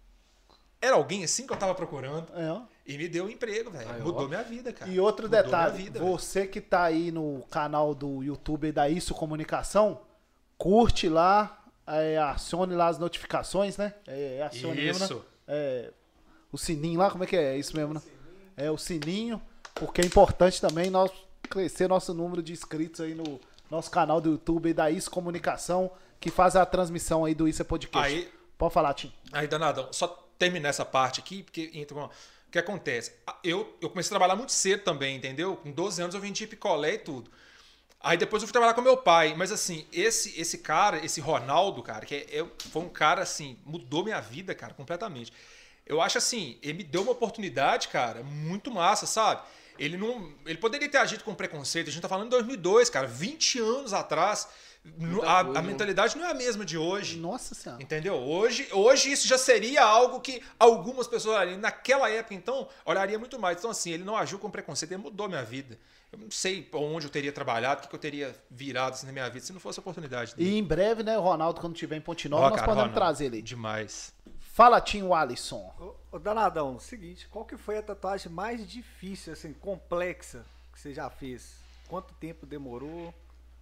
era alguém assim que eu tava procurando É. e me deu um emprego, velho. Mudou minha vida, cara. E outro Mudou detalhe, minha vida, você que tá aí no canal do YouTube da Isso Comunicação, curte lá, acione lá as notificações, né? Acione mesmo, Isso. né? O sininho lá, como é que é? Isso mesmo, né? O sininho, porque é importante também nós crescer nosso número de inscritos aí no nosso canal do YouTube aí da Isso Comunicação, que faz a transmissão aí do Isso é Podcast. Aí- Pode falar, Tim. Aí, danadão, só terminar essa parte aqui, porque entra uma... O que acontece? Eu comecei a trabalhar muito cedo também, entendeu? Com 12 anos eu vendia picolé e tudo. Aí depois eu fui trabalhar com meu pai. Mas assim, esse cara, esse Ronaldo, cara, foi um cara assim, mudou minha vida, cara, completamente. Eu acho assim, ele me deu uma oportunidade, cara, muito massa, sabe? Ele poderia ter agido com preconceito. A gente tá falando em 2002, cara, 20 anos atrás. A mentalidade não é a mesma de hoje. Nossa Senhora. Entendeu? Hoje isso já seria algo que algumas pessoas olhariam. Naquela época, então, olharia muito mais. Então, assim, ele não agiu com preconceito, ele mudou minha vida. Eu não sei onde eu teria trabalhado, o que eu teria virado assim, na minha vida se não fosse a oportunidade dele. E em breve, né, o Ronaldo, quando estiver em Ponte Nova, Ó, nós cara, podemos Ronaldo, trazer ele aí. Demais. Fala, Tim Alisson. Ô, Danadão, seguinte, qual que foi a tatuagem mais difícil, assim, complexa que você já fez? Quanto tempo demorou?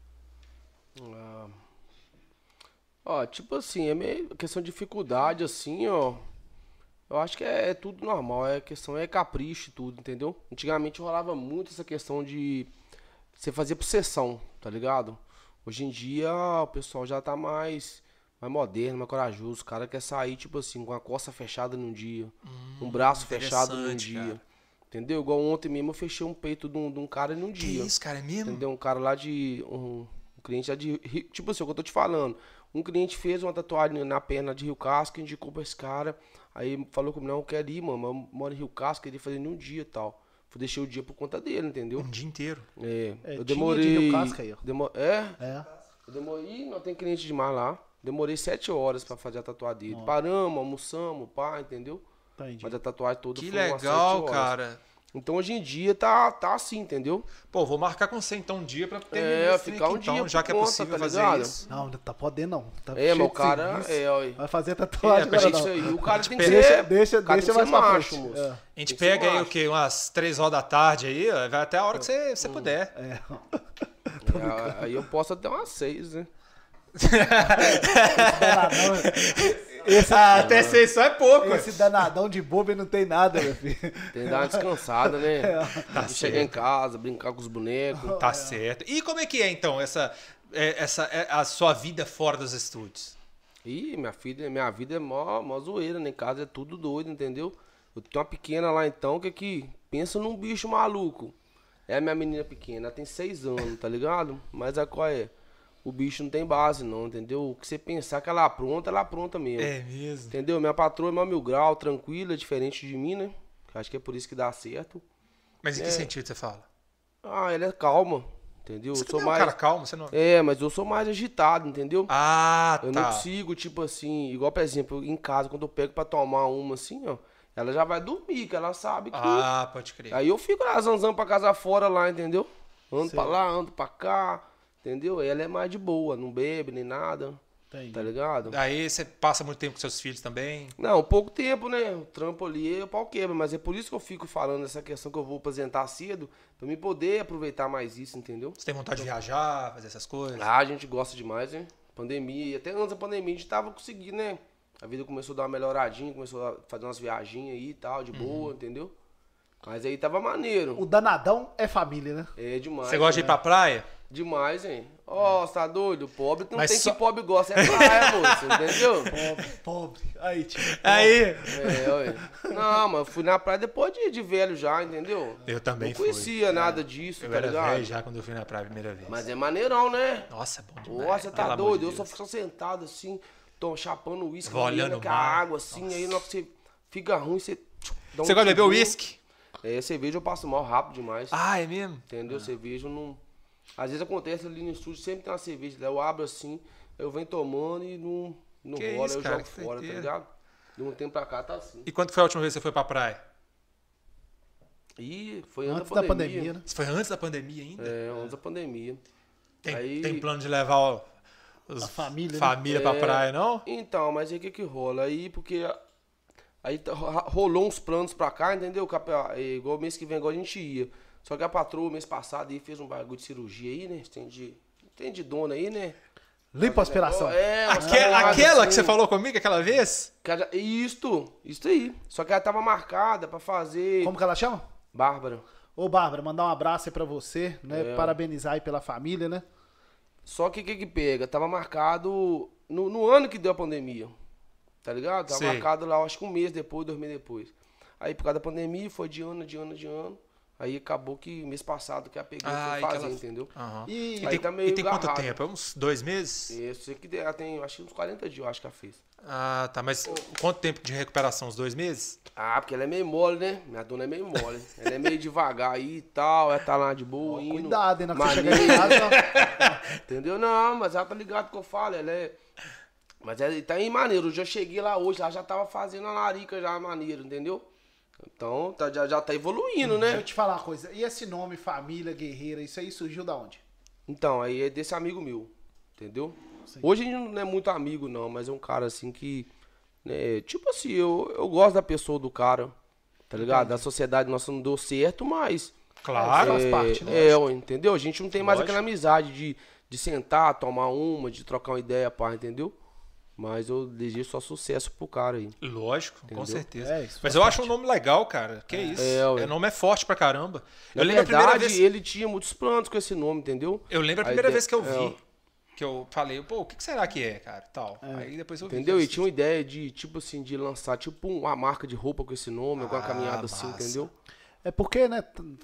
Ó, tipo assim, é meio questão de dificuldade, assim, ó. Eu acho que é tudo normal, questão é capricho e tudo, entendeu? Antigamente rolava muito essa questão de você fazia por sessão, tá ligado? Hoje em dia o pessoal já tá mais moderno, mais corajoso. O cara quer sair, tipo assim, com a costa fechada num dia, um braço fechado num interessante, dia. cara. Entendeu? Igual ontem mesmo eu fechei um peito de um cara num Que dia. isso, cara, é mesmo? Entendeu? Um cara lá de. Um cliente lá de. Tipo assim, o que eu tô te falando. Um cliente fez uma tatuagem na perna de Rio Casca, indicou pra esse cara. Aí falou comigo, não, eu quero ir, mano. Eu moro em Rio Casca, queria fazer em um dia e tal. Deixei o dia por conta dele, entendeu? Um dia inteiro. Eu tinha demorei. de Rio Casca aí, ó. É? Eu demorei, não tem cliente demais lá. Demorei 7 horas pra fazer a tatuagem dele. Paramos, almoçamos, pá, entendeu? Entendi. Mas a tatuagem toda Que foi umas 7 legal, horas. cara. Então hoje em dia tá assim, entendeu? Pô, vou marcar com você então um dia pra terminar esse trem ficar aqui, um então, dia já por que é conta, possível tá fazer ligado? isso. Não, não tá podendo não. Tá Mas cheio o de cara serviço. olha. Vai fazer tatuagem pra agora gente não. Isso aí, o cara tem que Deixa- ser. deixa o cara tem que mais ser pra macho, frente. moço. É. A gente Tem que ser pega aí o macho. quê? Umas 3 horas da tarde aí, ó, vai até a hora que você puder. Aí eu posso até umas 6, né? Até 6 só é pouco. Esse danadão de bobo ele não tem nada, meu filho. Tem que dar uma descansada, né? Tá Chegar em casa, brincar com os bonecos. Tá certo. E como é que é, então, a sua vida fora dos estúdios? Ih, minha vida é mó zoeira, né? Em casa é tudo doido, entendeu? Eu tenho uma pequena lá então que pensa num bicho maluco. É a minha menina pequena, ela tem 6 anos, tá ligado? Mas a qual é? O bicho não tem base não, entendeu? O que você pensar que ela apronta mesmo. É mesmo. Entendeu? Minha patroa é mó mil grau, tranquila, diferente de mim, né? Acho que é por isso que dá certo. Mas em que sentido você fala? Ah, ela é calma, entendeu? Você Eu sou também é um mais... cara calmo, você não... Mas eu sou mais agitado, entendeu? Ah, Eu não tá. consigo, tipo assim, igual, por exemplo, em casa, quando eu pego pra tomar uma assim, ó, ela já vai dormir, que ela sabe que... Ah, pode crer. Aí eu fico lá zanzando pra casa fora lá, entendeu? Ando pra lá, ando pra cá, entendeu? Ela é mais de boa, não bebe nem nada, Entendi. tá ligado? Aí você passa muito tempo com seus filhos também. Não, pouco tempo, né? O trampo ali, o pau quebra, mas é por isso que eu fico falando essa questão que eu vou apresentar cedo, pra me poder aproveitar mais isso, entendeu? Você tem vontade de viajar, fazer essas coisas? Ah, a gente gosta demais, né? Pandemia, e até antes da pandemia a gente tava conseguindo, né? A vida começou a dar uma melhoradinha, começou a fazer umas viaginhas aí e tal, de boa, entendeu? Mas aí tava maneiro. O danadão é família, né? É demais. Você gosta de ir pra praia? Demais, hein? Ó, você tá doido? Pobre não Mas tem só- que pobre gosta, é praia, moço, entendeu? Pobre. Aí, tio. Aí. É, ué. Não, mas eu fui na praia depois de velho já, entendeu? Eu também Não fui. conhecia nada disso, Eu tá era ligado? velho já quando eu fui na praia a primeira vez. Mas é maneirão, né? Nossa, é bom demais. Nossa, você tá pelo amor doido? de Eu só Deus. fico sentado assim, tô chapando o uísque, Vou olhando olhando o com a mar. água assim, aí na hora que você fica ruim, você dá um Você gosta de beber tirinho. uísque? É, cerveja eu passo mal rápido demais. Ah, é mesmo? Entendeu? Cerveja eu não. Às vezes acontece ali no estúdio, sempre tem uma cerveja, daí eu abro assim, eu venho tomando e não Que rola, isso, eu cara, jogo que fora, tá doideira. ligado? De um tempo pra cá tá assim. E quando foi a última vez que você foi pra praia? E foi Antes da pandemia, né? Isso foi antes da pandemia ainda? É, antes da pandemia. Tem, Aí- tem plano de levar A família, né? família pra praia, não? Então, mas aí o que rola? Aí, porque aí rolou uns planos pra cá, entendeu? Igual mês que vem, igual a gente ia. Só que a patroa, mês passado, aí fez um bagulho de cirurgia aí, né? Tem de dona aí, né? Lipoaspiração. É, umas Aquela paradas que você assim. falou comigo aquela vez? Isso aí. Só que ela tava marcada pra fazer. Como que ela chama? Bárbara. Ô, Bárbara, mandar um abraço aí pra você, né? É. Parabenizar aí pela família, né? Só que o que pega? Tava marcado no ano que deu a pandemia. Tá ligado? Tava Sei. marcado lá, acho que um mês depois, 2 meses depois. Aí por causa da pandemia, foi de ano. Aí acabou que mês passado que a peguei Ah, foi aí que fazer, ela- entendeu? Aham. E E Aí tem, tá meio e tem quanto agarrado. tempo? É uns 2 meses? Isso, ela tem, acho que uns 40 dias, eu acho que ela fez. Ah, tá. Mas quanto tempo de recuperação? Uns 2 meses? Ah, porque ela é meio mole, né? Minha dona é meio mole. Ela é meio devagar aí e tal, ela tá lá de boa, indo. cuidado, hein? Na hora que você maneiro. chegar em casa, Entendeu? Não, mas ela tá ligado que eu falo, ela é. Mas ela tá em maneiro. Eu já cheguei lá hoje, ela já tava fazendo a larica já maneiro, entendeu? Então já tá evoluindo, deixa eu né? te falar uma coisa. E esse nome, família, guerreira, isso aí surgiu da onde? Então, aí é desse amigo meu, entendeu? Sim. Hoje a gente não é muito amigo, não, mas é um cara assim que. Né, tipo assim, eu gosto da pessoa do cara, tá ligado? Da sociedade nossa não deu certo, mas. Claro. Faz parte, né? Entendeu? A gente não tem mais Lógico. aquela amizade de sentar, tomar uma, de trocar uma ideia, pá, entendeu? Mas eu desejo só sucesso pro cara aí. Lógico, com Entendeu? certeza. É, isso Mas faz eu acho um nome legal, cara. Que isso? ué. O nome é forte pra caramba. Na Eu lembro a primeira verdade, vez. ele tinha muitos planos com esse nome, entendeu? Eu lembro a A primeira ideia- vez que eu vi. é. Que eu falei, pô, o que será que é, cara? Tal. Aí depois eu vi. Entendeu? que E tinha uma ideia de, tipo assim, de lançar tipo uma marca de roupa com esse nome, alguma caminhada assim, massa. entendeu? É porque, né?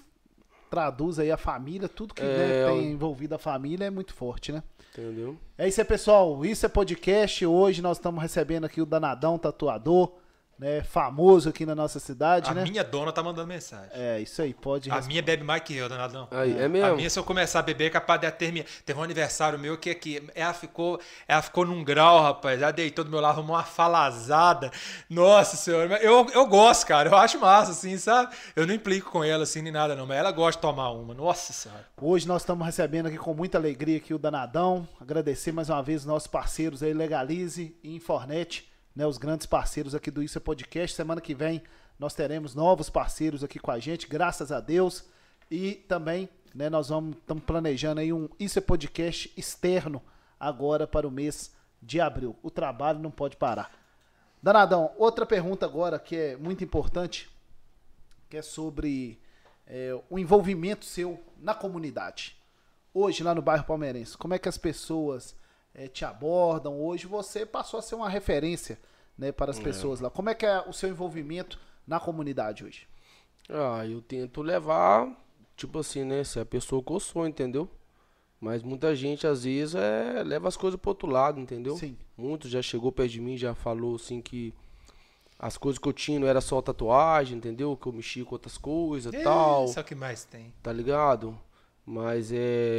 Traduz aí a família, tudo que né, tem envolvido a família é muito forte, né? Entendeu? É isso aí, pessoal. Isso é podcast. Hoje nós estamos recebendo aqui o Danadão Tatuador, né? Famoso aqui na nossa cidade, A né? minha dona tá mandando mensagem. É, isso aí, pode A minha bebe mais que eu, danadão. Aí, é A mesmo? minha, se eu começar a beber, é capaz de até terminar. Teve um aniversário meu que aqui, ela ficou num grau, rapaz. Ela deitou do meu lado, arrumou uma falazada. Nossa senhora, mas eu gosto, cara. Eu acho massa, assim, sabe? Eu não implico com ela, assim, nem nada, não. Mas ela gosta de tomar uma. Nossa senhora. Hoje nós estamos recebendo aqui com muita alegria aqui o Danadão. Agradecer mais uma vez os nossos parceiros aí, Legalize e Infornet, né, os grandes parceiros aqui do Isso é Podcast. Semana que vem nós teremos novos parceiros aqui com a gente, graças a Deus. E também, né, nós estamos planejando aí um Isso é Podcast externo agora para o mês de abril. O trabalho não pode parar. Danadão, outra pergunta agora que é muito importante, que é sobre o envolvimento seu na comunidade. Hoje, lá no bairro Palmeirense, como é que as pessoas te abordam? Hoje você passou a ser uma referência, né, para as pessoas lá. Como é que é o seu envolvimento na comunidade hoje? Ah, eu tento levar, tipo assim, né? Se é a pessoa que eu sou, entendeu? Mas muita gente, às vezes, leva as coisas pro outro lado, entendeu? Sim. Muitos já chegou perto de mim, já falou assim que as coisas que eu tinha não era só tatuagem, entendeu? Que eu mexia com outras coisas e tal, Isso é o que mais tem. tá ligado? Mas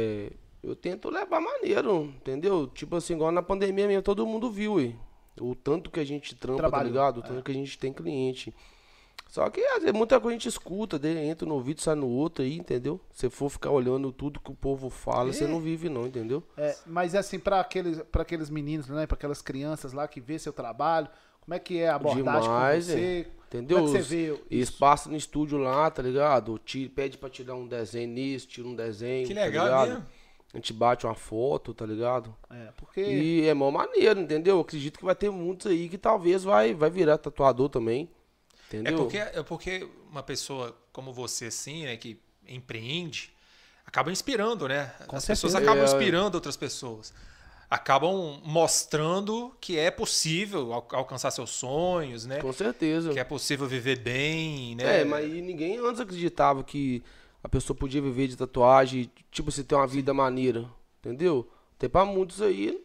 eu tento levar maneiro, entendeu? Tipo assim, igual na pandemia mesmo, todo mundo viu, o tanto que a gente trampa, Trabalhou, tá ligado? O tanto que a gente tem cliente. Só que às vezes muita coisa a gente escuta, entra no ouvido, sai no outro aí, entendeu? Se for ficar olhando tudo que o povo fala, você não vive não, entendeu? Mas assim, para aqueles meninos, né, para aquelas crianças lá que vê seu trabalho, como é que é a abordagem Demais, com você? Entendeu? Como é que você vê Eles passam no estúdio lá, tá ligado? Pede pra tirar um desenho nisso, tira um desenho, Que tá legal ligado? mesmo. A gente bate uma foto, tá ligado? Porque E é mó maneiro, entendeu? Eu acredito que vai ter muitos aí que talvez vai virar tatuador também, entendeu? É porque uma pessoa como você, assim, né, que empreende, acaba inspirando, né? As pessoas acabam inspirando outras pessoas. Acabam mostrando que é possível alcançar seus sonhos, né? Com certeza. Que é possível viver bem, né? Mas ninguém antes acreditava que a pessoa podia viver de tatuagem, tipo, você ter uma vida maneira, entendeu? Tem pra muitos aí,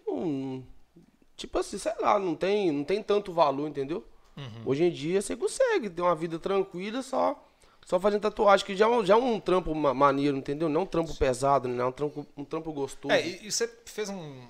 tipo assim, sei lá, não tem tanto valor, entendeu? Hoje em dia você consegue ter uma vida tranquila só fazendo tatuagem, que já é um trampo maneiro, entendeu? Não um trampo pesado, né? Um trampo gostoso. E você fez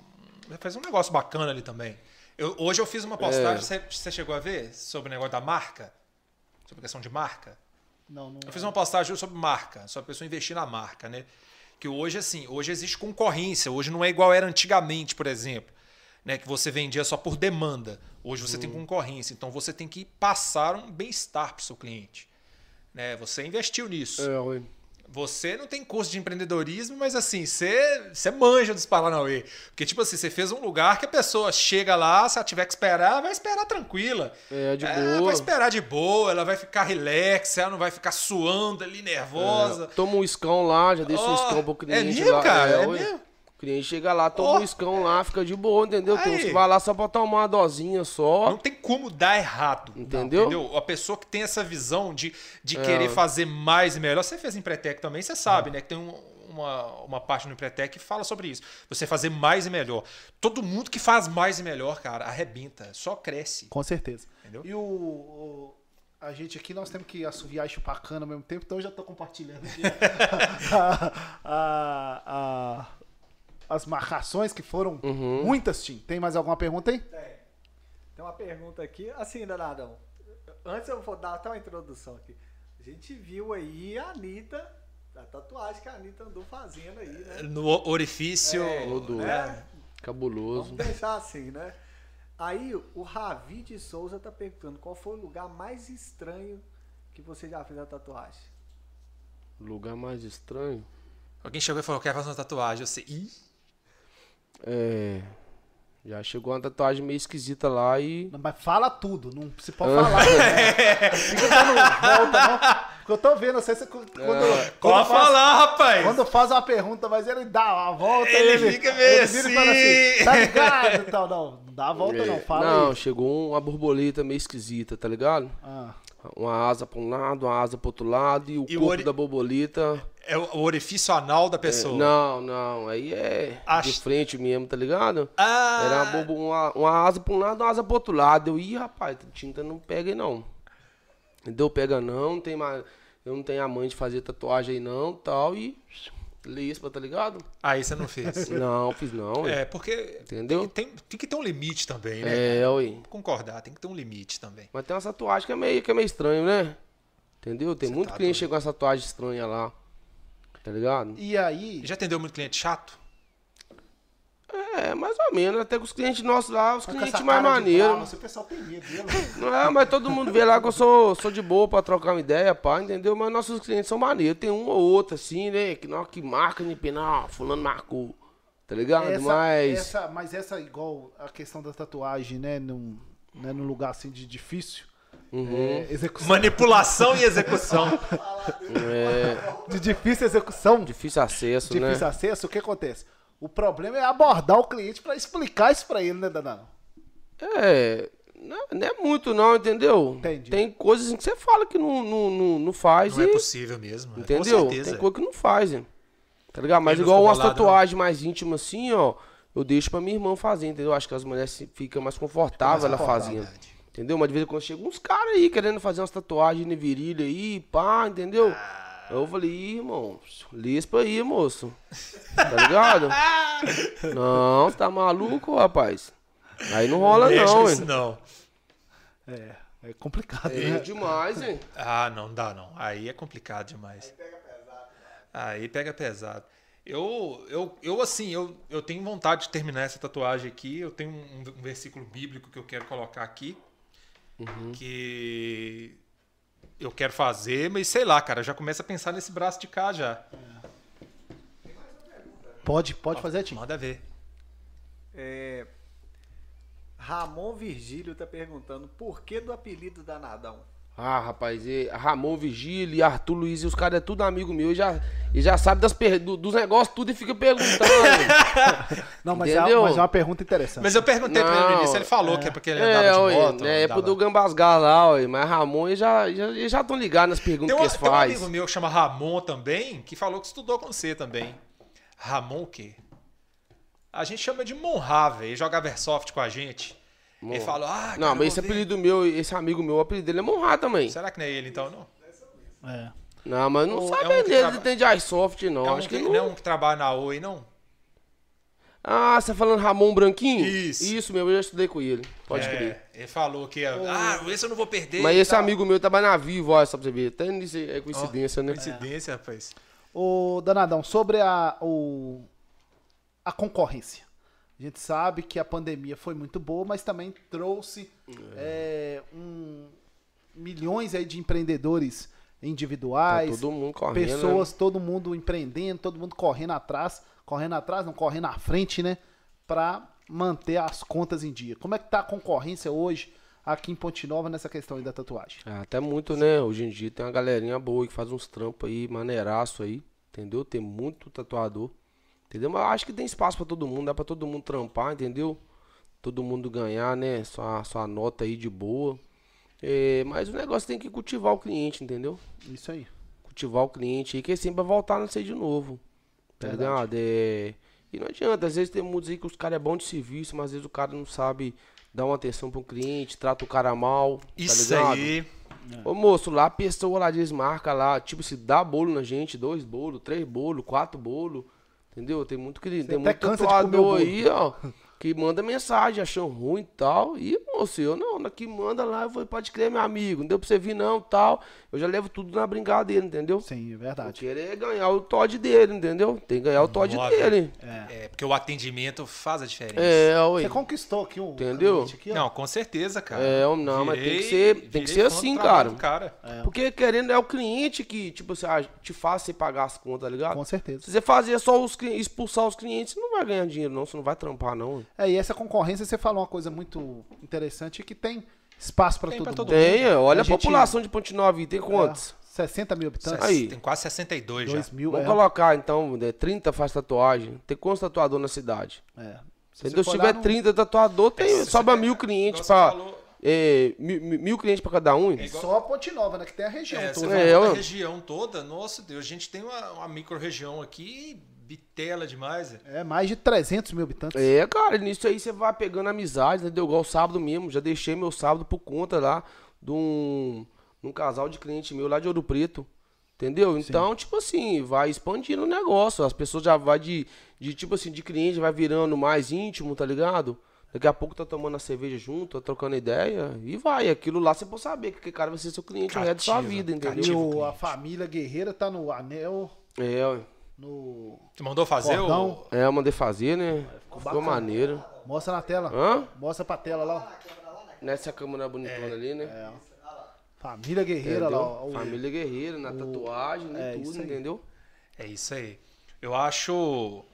um negócio bacana ali também. Hoje eu fiz uma postagem, você chegou a ver? Sobre o negócio da marca? Sobre a questão de marca? não Eu fiz uma postagem sobre marca, sobre a pessoa investir na marca, né? Que hoje, assim, hoje existe concorrência, hoje não é igual era antigamente, por exemplo, né? Que você vendia só por demanda. Hoje você tem concorrência, então você tem que passar um bem-estar para o seu cliente, né? Você investiu nisso. Você não tem curso de empreendedorismo, mas assim, você manja dos Paranauê. Porque, tipo assim, você fez um lugar que a pessoa chega lá, se ela tiver que esperar, vai esperar tranquila. De boa. Vai esperar de boa, ela vai ficar relax, ela não vai ficar suando ali, nervosa. Toma um iscão lá, já deixa um iscão pro cliente mesmo, lá. cara? É mesmo? O cliente chega lá, toma um iscão lá, fica de boa, entendeu? Tem uns que vai lá só pra tomar uma dosinha só. Não tem como dar errado. Entendeu? A pessoa que tem essa visão de querer fazer mais e melhor. Você fez Empretec também, você sabe, né? Que tem uma parte no Empretec que fala sobre isso. Você fazer mais e melhor. Todo mundo que faz mais e melhor, cara, arrebenta. Só cresce. Com certeza. Entendeu? E a gente aqui, nós temos que assoviar e chupar cana ao mesmo tempo, então eu já tô compartilhando aqui as marcações que foram muitas, Tim. Tem mais alguma pergunta aí? Tem uma pergunta aqui. Assim, Danadão, antes eu vou dar até uma introdução aqui. A gente viu aí a Anitta, a tatuagem que a Anitta andou fazendo aí, né? No orifício. Cabuloso. Vamos deixar assim, né? Aí o Ravi de Souza tá perguntando qual foi o lugar mais estranho que você já fez a tatuagem. Lugar mais estranho? Alguém chegou e falou, quer fazer uma tatuagem? Eu sei. Já chegou uma tatuagem meio esquisita lá e... Não, mas fala tudo, não se pode falar. Fica dando volta, não. Porque eu tô vendo, não sei se Pode falar, rapaz! Quando faz uma pergunta, mas ele dá a volta. Ele fica meio vira e fala assim, tá ligado e tal. Não dá a volta não, fala Não, aí. chegou uma borboleta meio esquisita, tá ligado? Uma asa pra um lado, uma asa pro outro lado e o corpo da borboleta... É o orifício anal da pessoa. Não, aí é de frente mesmo, tá ligado? Era uma asa pra um lado, uma asa pro outro lado. Rapaz, tinta não pega aí não. Entendeu? Pega não, eu não tenho a mãe de fazer tatuagem aí não, tal, e lispa, tá ligado? Aí você não fez. Não, fiz não. Porque entendeu? Tem que ter um limite também, né? Concordar, tem que ter um limite também. Mas tem uma tatuagem que é meio estranho, né? Entendeu? Tem muito cliente que chegou com essa tatuagem estranha lá. Tá ligado? E aí... Já atendeu muito cliente chato? Mais ou menos. Até com os clientes nossos lá, os clientes mais maneiros. O pessoal tem medo dele. Não, mas todo mundo vê lá que eu sou de boa pra trocar uma ideia, pá, entendeu? Mas nossos clientes são maneiros. Tem um ou outro, assim, né? Que marca, fulano marcou. Tá ligado? Mas essa, igual a questão da tatuagem, né? Num lugar assim de difícil. Execução. Manipulação e execução. De difícil execução. Difícil acesso, né? Difícil acesso, o que acontece? O problema é abordar o cliente pra explicar isso pra ele, né, Danado? Não é muito não, entendeu? Entendi. Tem coisas assim que você fala que não faz. Não é possível mesmo. Entendeu? Com certeza. Tem coisa que não faz, hein? Tá ligado? Mas Ele igual não umas ficou bolado, tatuagens mais íntimas assim, ó, eu deixo pra minha irmã fazer, entendeu? Acho que as mulheres ficam mais confortáveis ela fazendo. Entendeu? Mas de vez em quando chegam uns caras aí querendo fazer umas tatuagens na virilha aí, pá, entendeu? Eu falei, irmão, lispa aí, moço. Tá ligado? Não, você tá maluco, rapaz? Aí não rola não, hein? Não. É complicado, É né? demais, hein? Ah, não dá não. Aí é complicado demais. Aí pega pesado. Eu tenho vontade de terminar essa tatuagem aqui. Eu tenho um versículo bíblico que eu quero colocar aqui. Que eu quero fazer, mas sei lá, cara, já começa a pensar nesse braço de cá já. Pode fazer, Tim. Manda ver. Ramon Virgílio tá perguntando por que do apelido Danadão? Ah, rapaz, Ramon, Vigílio e Arthur Luiz, e os caras é tudo amigo meu, e já sabe dos negócios tudo e fica perguntando. Não, mas Entendeu? é uma pergunta interessante. Mas eu perguntei pra ele no Não, início, ele falou que é porque ele andava de ué, moto. é pro andava... do Gambasgar lá, ué, mas Ramon eles já estão ligados nas perguntas que eles Tem um fazem. amigo meu que chama Ramon também, que falou que estudou com você também. Ramon o quê? A gente chama de Monra, velho. Ele joga Airsoft com a gente. Ele falou, cara, Não, mas esse vou ver. apelido meu, esse amigo meu, o apelido dele é Monra também. Será que não é ele então, não? É. Não, mas não Ou sabe é um dele, que ele traba- tem de Airsoft, não. É um Acho que, que não é não. um que trabalha na Oi, não? Ah, você tá falando Ramon Branquinho? Isso. Isso mesmo, eu já estudei com ele. Pode crer. Ele falou que esse eu não vou perder. Mas e esse tal. amigo meu trabalha na Vivo, olha, só pra você ver. Até nisso é coincidência, né? Coincidência, rapaz. Ô, Danadão, sobre a concorrência. A gente sabe que a pandemia foi muito boa, mas também trouxe milhões aí de empreendedores individuais, Tá todo mundo correndo, pessoas, todo mundo empreendendo, todo mundo correndo à frente, né? Pra manter as contas em dia. Como é que tá a concorrência hoje aqui em Ponte Nova nessa questão aí da tatuagem? Até muito, né? Hoje em dia tem uma galerinha boa que faz uns trampos aí, maneiraço aí, entendeu? Tem muito tatuador, entendeu? Mas eu acho que tem espaço pra todo mundo, dá pra todo mundo trampar, entendeu? Todo mundo ganhar, né? Sua nota aí de boa. Mas o negócio tem que cultivar o cliente, entendeu? Isso aí. Cultivar o cliente aí, que sempre vai voltar a ser de novo. Tá ligado? E não adianta, às vezes tem muitos aí que os caras é bom de serviço, mas às vezes o cara não sabe dar uma atenção pro cliente, trata o cara mal. Isso tá ligado? aí. Ô moço, lá a pessoa lá desmarca lá, tipo, se dá bolo na gente, 2 bolos, 3 bolos, 4 bolos, entendeu? Tem muito cliente, tem até muito cansa de comer o tatuador bolo. aí, ó, que manda mensagem achando ruim e tal. E, moço, eu não, que manda lá, eu vou, pode crer, meu amigo, não deu pra você vir não, tal. Eu já levo tudo na brincadeira, entendeu? Sim, é verdade. Querer ganhar o Todd dele, entendeu? Tem que ganhar o Todd Nossa. dele. Porque o atendimento faz a diferença. Ué. Você conquistou aqui um Entendeu? cliente aqui, ó. Não, com certeza, cara. Não, mas tem que Virei ser fã do assim, trabalho cara. do cara. Porque querendo é o cliente que, tipo, te faz você pagar as contas, tá ligado? Com certeza. Se você fazer só expulsar os clientes, você não vai ganhar dinheiro, não. Você não vai trampar, não. E essa concorrência, você falou uma coisa muito interessante, que tem espaço para Tem todo pra mundo. todo Tem, olha a gente- população de Ponte Nova aí, tem quantos? 60 mil habitantes. Aí. Tem quase 62 já. 2 mil, Vamos colocar, então, 30 faz tatuagem. Tem quantos tatuadores na cidade? Se Entendeu? você Se for lá tiver no- 30 tatuador, Se sobra você 1000 igual clientes você pra... falou. 1000 clientes pra cada um. Só a Ponte Nova, né? Que tem a região Você toda. falou da ué. região toda, nossa Deus, a gente tem uma micro-região aqui, bitela demais. Mais de 300 mil habitantes. Cara, nisso aí você vai pegando amizade, entendeu? Igual o sábado mesmo. Já deixei meu sábado por conta lá de um casal de cliente meu lá de Ouro Preto. Entendeu? Então, tipo assim, vai expandindo o negócio. As pessoas já vai de tipo assim, de cliente vai virando mais íntimo, tá ligado? Daqui a pouco tá tomando a cerveja junto, tá trocando ideia e vai. Aquilo lá você pode saber que aquele cara vai ser seu cliente o resto da sua Cativa, vida, entendeu? E cativa. a família Guerreira tá no anel, Ué. no... Tu mandou fazer Cordão. o... Eu mandei fazer, né? Ficou bacana. maneiro. Mostra na tela. Hã? Mostra pra tela lá. Nessa câmera bonitona ali, né? Família Guerreira Entendeu? lá. Ó. Família guerreira, na tatuagem, né? isso Tudo, aí. entendeu? É isso aí. Eu acho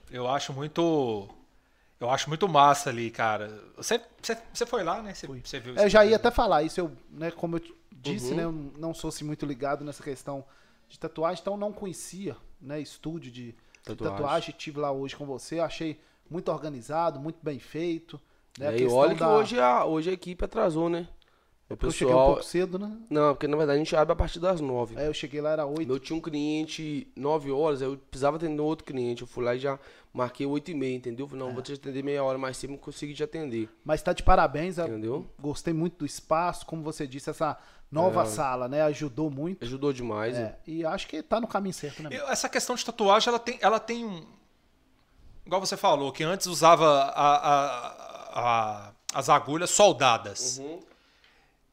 muito massa ali, cara. Você foi lá, né? Você viu isso? Eu já ia até falar isso, né, como eu disse, né, eu não sou assim, muito ligado nessa questão de tatuagem, então não conhecia, né, estúdio de tatuagem. Tive lá hoje com você, achei muito organizado, muito bem feito. Né, a E questão olha que da- hoje a equipe atrasou, né? O Eu cheguei um pessoal... pouco cedo, né? Não, porque na verdade a gente abre a partir das 9. Eu cheguei lá, era 8. Eu tinha um cliente 9 horas, eu precisava atender outro cliente. Eu fui lá e já marquei 8h30, entendeu? Falei, não, vou te atender meia hora mais cedo, não consegui te atender. Mas tá de parabéns, Entendeu? gostei muito do espaço, como você disse, essa nova sala, né, ajudou muito. Ajudou demais. E acho que tá no caminho certo, né? Essa questão de tatuagem, ela tem um... Igual você falou, que antes usava as agulhas soldadas.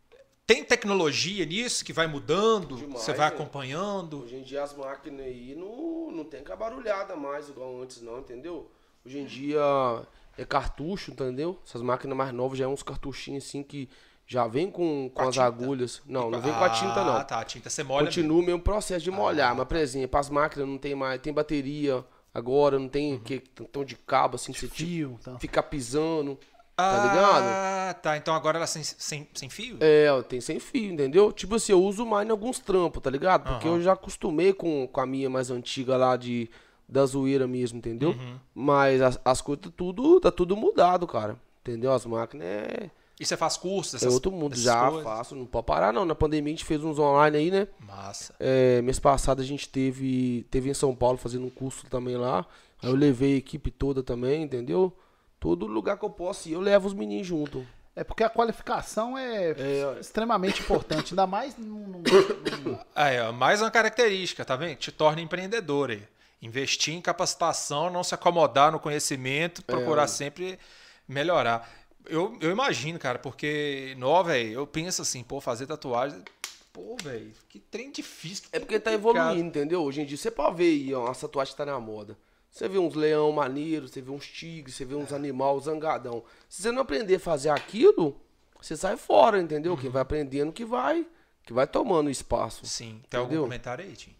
Tem tecnologia nisso que vai mudando, Demais, você vai né? acompanhando. Hoje em dia as máquinas aí não tem que barulhada mais igual antes não, entendeu? Hoje em dia é cartucho, entendeu? Essas máquinas mais novas já é uns cartuchinhos assim que já vem com Com a as tinta? agulhas. Não vem com a tinta não. Ah, tá, a tinta você molha. Continua o mesmo processo de molhar, mas por exemplo, as máquinas não tem mais, tem bateria agora, não tem que tão de cabo assim, que você Fio, tá. fica pisando, Ah, tá ligado? tá. Então agora ela é sem fio? Tem sem fio, entendeu? Tipo assim, eu uso mais em alguns trampos, tá ligado? Porque eu já acostumei com a minha mais antiga lá da zoeira mesmo, entendeu? Mas as coisas tá tudo mudado, cara. Entendeu? As máquinas E você faz cursos é dessas outro mundo. dessas Já coisas? faço, não pode parar não. Na pandemia a gente fez uns online aí, né? Massa. Mês passado a gente teve em São Paulo fazendo um curso também lá. Aí eu levei a equipe toda também, entendeu? Todo lugar que eu posso ir, eu levo os meninos junto. É porque a qualificação é extremamente importante, ainda mais Mais uma característica, tá vendo? Te torna empreendedor aí. Investir em capacitação, não se acomodar no conhecimento, procurar sempre melhorar. Eu imagino, cara, porque, velho, eu penso assim, fazer tatuagem, velho, que trem difícil. Que É porque tá complicado. evoluindo, entendeu? Hoje em dia você pode ver aí, ó, as tatuagens que tá na moda. Você vê uns leão maneiros, você vê uns tigres, você vê uns animais zangadão. Se você não aprender a fazer aquilo, você sai fora, entendeu? Quem vai aprendendo que vai tomando espaço. Sim. Tem algum Entendeu? comentário aí, Tim?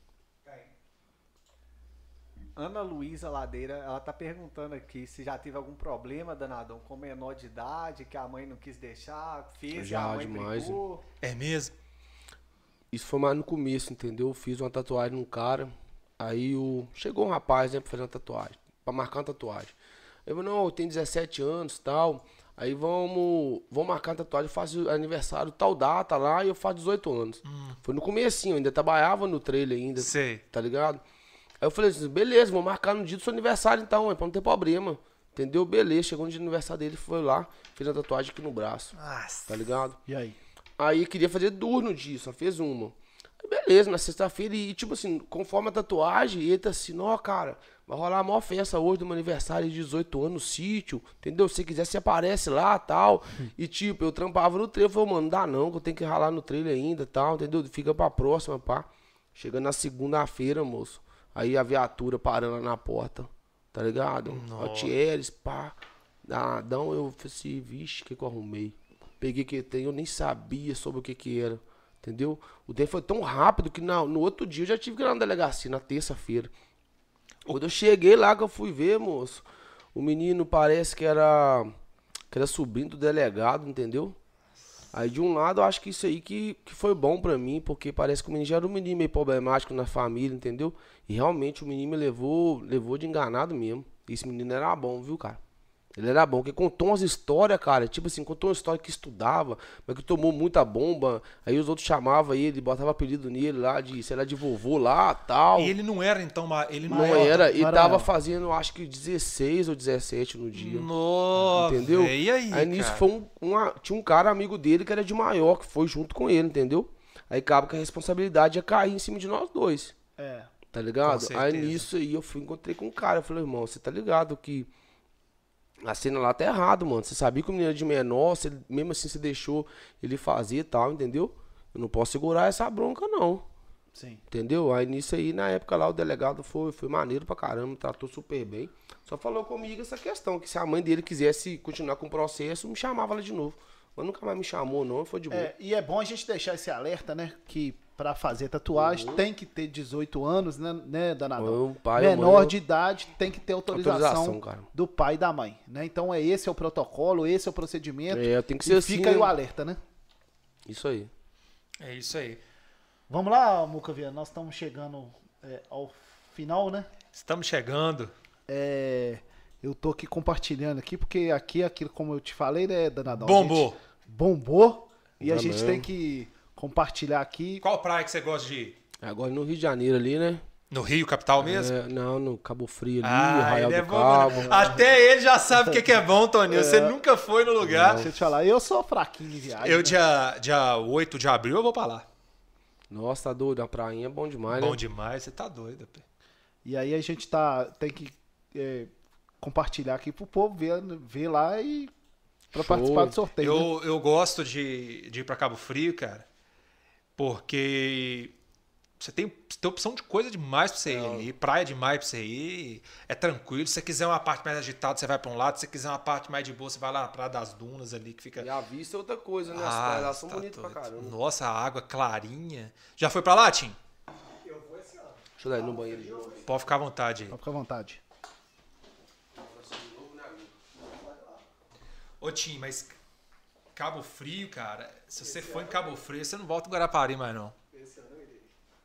Ana Luísa Ladeira, ela tá perguntando aqui se já teve algum problema, Danadão, com menor de idade, que a mãe não quis deixar, fez, Já, e a mãe demais, brigou. É mesmo? Isso foi mais no começo, entendeu? Eu fiz uma tatuagem num cara, aí chegou um rapaz, né, pra fazer uma tatuagem, pra marcar uma tatuagem. Eu falei, não, eu tenho 17 anos e tal, aí vamos marcar uma tatuagem, eu faço aniversário tal data lá e eu faço 18 anos. Foi no comecinho, eu ainda trabalhava no trailer ainda, Sei. tá ligado? Aí eu falei assim, beleza, vou marcar no dia do seu aniversário então, pra não ter problema. Entendeu? Beleza, chegou no dia do aniversário dele, foi lá, fez a tatuagem aqui no braço, Nossa. tá ligado? E aí? Aí queria fazer duas no dia, só fez uma. Aí beleza, na sexta-feira, e tipo assim, conforme a tatuagem, ele tá assim, ó, cara, vai rolar a maior festa hoje do meu aniversário de 18 anos no sítio, entendeu? Se quiser, você aparece lá tal. E tipo, eu trampava no trailer, eu falei, mano, não dá não, que eu tenho que ralar no trailer ainda tal, entendeu? Fica pra próxima, pá. Chegando na segunda-feira, moço. Aí a viatura parando lá na porta, tá ligado? Altieres, pá. Danadão, eu falei assim, vixe, o que eu arrumei? Peguei que tem, eu nem sabia sobre o que era, entendeu? O tempo foi tão rápido que no outro dia eu já tive que ir lá na delegacia, na terça-feira. Quando eu cheguei lá que eu fui ver, moço, o menino parece que era sobrinho do delegado, entendeu? Aí de um lado eu acho que isso aí que foi bom pra mim, porque parece que o menino já era um menino meio problemático na família, entendeu? E realmente o menino me levou de enganado mesmo. Esse menino era bom, viu, cara? Ele era bom, porque contou umas histórias, cara, tipo assim, contou uma história que estudava, mas que tomou muita bomba, aí os outros chamavam ele, botavam apelido nele lá, sei lá, de vovô lá, tal. E ele não era, então, ele Não era, e tava maior. fazendo, acho que 16 ou 17 no dia. Nossa, Entendeu? véi, e aí, nisso cara? foi tinha um cara amigo dele que era de maior, que foi junto com ele, entendeu? Aí acaba que a responsabilidade ia cair em cima de nós dois, É. tá ligado? Com certeza. Aí nisso aí encontrei com um cara, eu falei, irmão, você tá ligado que a cena lá tá errado, mano. Você sabia que o menino era de menor, mesmo assim você deixou ele fazer e tal, entendeu? Eu não posso segurar essa bronca, não. Sim. Entendeu? Aí nisso aí, na época lá, o delegado foi maneiro pra caramba, me tratou super bem. Só falou comigo essa questão, que se a mãe dele quisesse continuar com o processo, me chamava lá de novo. Mas nunca mais me chamou, não, foi de boa. E é bom a gente deixar esse alerta, né? Que pra fazer tatuagem tem que ter 18 anos, né, Danadão? O pai, a Menor mãe, de idade tem que ter autorização cara. do pai e da mãe, né? Então esse é o protocolo, esse é o procedimento. Tem que ser E assim, fica aí né? o alerta, né? Isso aí. É isso aí. Vamos lá, Muca Viana, nós estamos chegando ao final, né? Estamos chegando. Eu tô aqui compartilhando aqui, porque aqui, aquilo como eu te falei, né, Danadão? Bombou. Bombou. E a Já gente mesmo. tem que compartilhar aqui. Qual praia que você gosta de ir? Agora no Rio de Janeiro ali, né? No Rio, capital mesmo? Não, no Cabo Frio ali, Ah, Arraial ele é do bom. Cabo. Né? Até ele já sabe o que é bom, Toninho. Você nunca foi no lugar. Deixa eu te falar, eu sou fraquinho de viagem. Eu, né? dia 8 de abril, eu vou pra lá. Nossa, tá doido, a prainha é bom demais, Bom né? demais, você tá doido. Pê. E aí a gente tem que compartilhar aqui pro povo ver lá e pra participar do sorteio. Né? Eu gosto de ir pra Cabo Frio, cara, porque você tem opção de coisa demais pra você ir ali, praia demais pra você ir, é tranquilo. Se você quiser uma parte mais agitada, você vai pra um lado. Se você quiser uma parte mais de boa, você vai lá na Praia das Dunas ali, que fica... E a vista é outra coisa, né? As praias lá são bonitas pra caramba. Nossa, a água clarinha. Já foi pra lá, Tim? Eu vou esse ano. Deixa eu dar no banheiro de novo. Pode ficar à vontade aí. Pode ficar à vontade. Ô, Tim, mas Cabo Frio, cara, se você for em Cabo Frio, você não volta em Guarapari mais, não. Esse ano eu irei.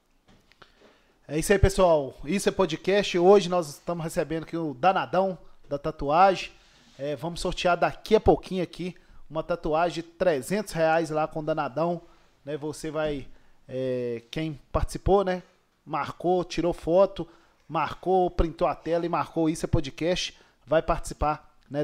É isso aí, pessoal. Isso é podcast. Hoje nós estamos recebendo aqui o Danadão da tatuagem. Vamos sortear daqui a pouquinho aqui uma tatuagem de R$300 lá com o Danadão. Né? Você vai... quem participou, né? Marcou, tirou foto, marcou, printou a tela e marcou Isso é Podcast. Vai participar, né,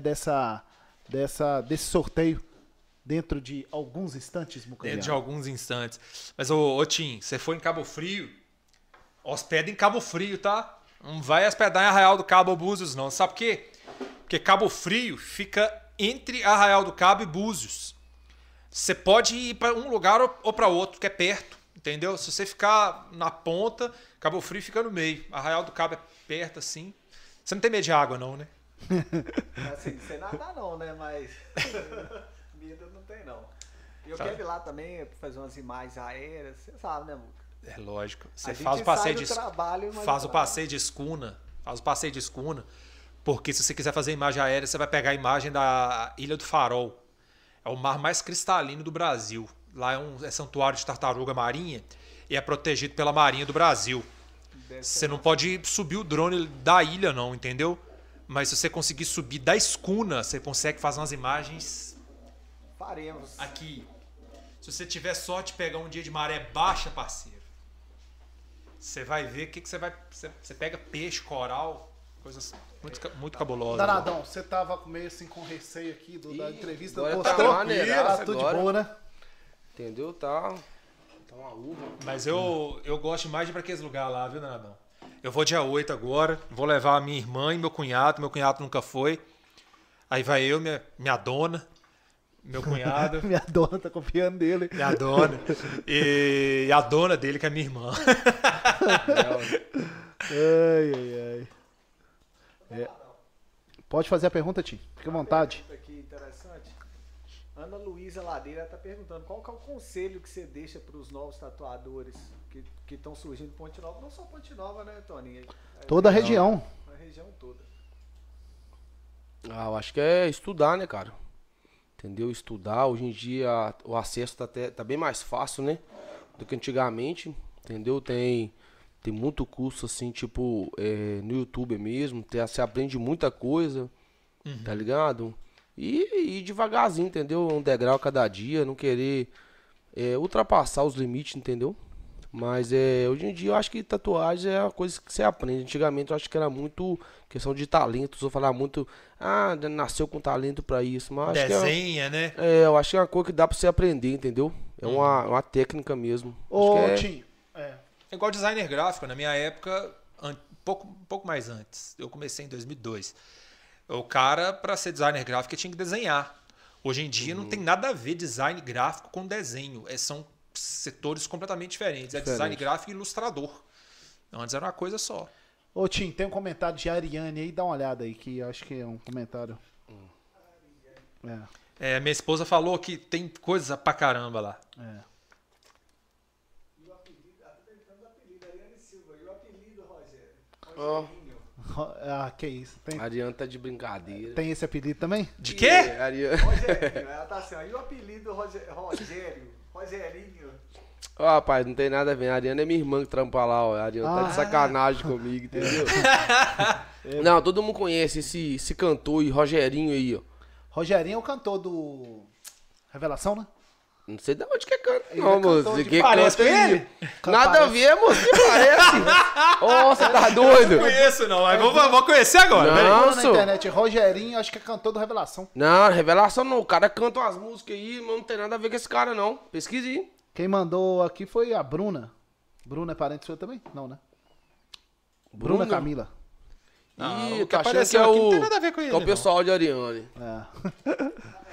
desse sorteio dentro de alguns instantes, Mucambiano. Dentro de alguns instantes. Mas, ô Tim, você foi em Cabo Frio, hospeda em Cabo Frio, tá? Não vai hospedar em Arraial do Cabo ou Búzios, não. Sabe por quê? Porque Cabo Frio fica entre Arraial do Cabo e Búzios. Você pode ir para um lugar ou para outro, que é perto, entendeu? Se você ficar na ponta, Cabo Frio fica no meio. Arraial do Cabo é perto, assim. Você não tem medo de água, não, né? Assim, sem nadar não, né? Mas medo não tem, não. Eu quero ir lá também fazer umas imagens aéreas, você sabe, né, Muca? É lógico. Você A gente faz o passeio sai de do trabalho, mas faz o não- passeio de escuna. Faz o passeio de escuna. Porque se você quiser fazer imagem aérea, você vai pegar a imagem da Ilha do Farol. É o mar mais cristalino do Brasil. Lá é santuário de tartaruga marinha e é protegido pela Marinha do Brasil. Você não pode subir o drone da ilha, não, entendeu? Mas se você conseguir subir da escuna, você consegue fazer umas imagens Faremos. aqui. Se você tiver sorte de pegar um dia de maré baixa, parceiro, você vai ver o que você vai... Você pega peixe, coral, coisas muito cabulosas. Danadão, você tava meio assim com receio aqui da entrevista. agora Gostou? tá maneiraço Tá tudo de agora. boa, né? Entendeu? Tá uma uva. Mas eu gosto mais de ir pra aqueles lugares lá, viu, Danadão? Eu vou dia 8 agora, vou levar a minha irmã e meu cunhado nunca foi. Aí vai eu, minha dona, meu cunhado, Minha dona tá confiando nele. minha dona, e a dona dele, que é minha irmã. Ai. Pode fazer a pergunta, Tim. Fique à vontade. Pergunta aqui interessante. Ana Luísa Ladeira está perguntando qual que é o conselho que você deixa para os novos tatuadores que estão surgindo em Ponte Nova, não só Ponte Nova, né, Toninho? Toda a região. A região toda. Eu acho que é estudar, né, cara? Entendeu? Estudar. Hoje em dia o acesso tá bem mais fácil, né? Do que antigamente. Entendeu? Tem muito curso, assim, tipo, no YouTube mesmo. Você aprende muita coisa, tá ligado? E devagarzinho, entendeu? Um degrau a cada dia, não querer ultrapassar os limites, entendeu? Mas hoje em dia eu acho que tatuagem é uma coisa que você aprende. Antigamente eu acho que era muito questão de talento. Eu falar muito, nasceu com talento pra isso. Mas acho Desenha, né? eu acho que é uma coisa que dá pra você aprender, entendeu? É uma técnica mesmo. Ô, Acho que Tim. É igual designer gráfico. Na minha época, um pouco mais antes. Eu comecei em 2002. O cara, para ser designer gráfico, tinha que desenhar. Hoje em dia não tem nada a ver design gráfico com desenho. São setores completamente diferentes. É design gráfico e ilustrador. Antes era uma coisa só. Ô, Tim, tem um comentário de Ariane aí. Dá uma olhada aí, que eu acho que é um comentário. Minha esposa falou que tem coisa pra caramba lá. E o apelido, perguntando o apelido, Ariane Silva. E o apelido, Rogério? Ó. Rogerinho. Que isso. a Ariane tá de brincadeira. Tem esse apelido também? De quê? Ariane... Rogerinho. Ela tá assim, ó. E o apelido, Rogério? Rogerinho. Ó, rapaz, não tem nada a ver. A Ariana é minha irmã que trampa lá, ó. A Ariana tá de sacanagem comigo, entendeu? Não, todo mundo conhece esse cantor e Rogerinho aí, ó. Rogerinho é o cantor do Revelação, né? Não sei de onde que é canto, Ele não, é cantor moço. de- Que Parece canta com aí? ele? Nada a ver, moço. Que parece? Ô, você tá doido? Não conheço, não. Mas vou conhecer agora. Não. peraí. Procura na Nossa. internet, Rogerinho, acho que é cantor do Revelação. Não, revelação não. O cara canta umas músicas aí, mas não tem nada a ver com esse cara, não. Pesquise aí. Quem mandou aqui foi a Bruna. Bruna é parente sua também? Não, né? Bruna Bruna? Camila. Não, Ih, o que tá achando apareceu que é aqui o, não tem nada a ver com ele, que é o não. pessoal de Ariane. É.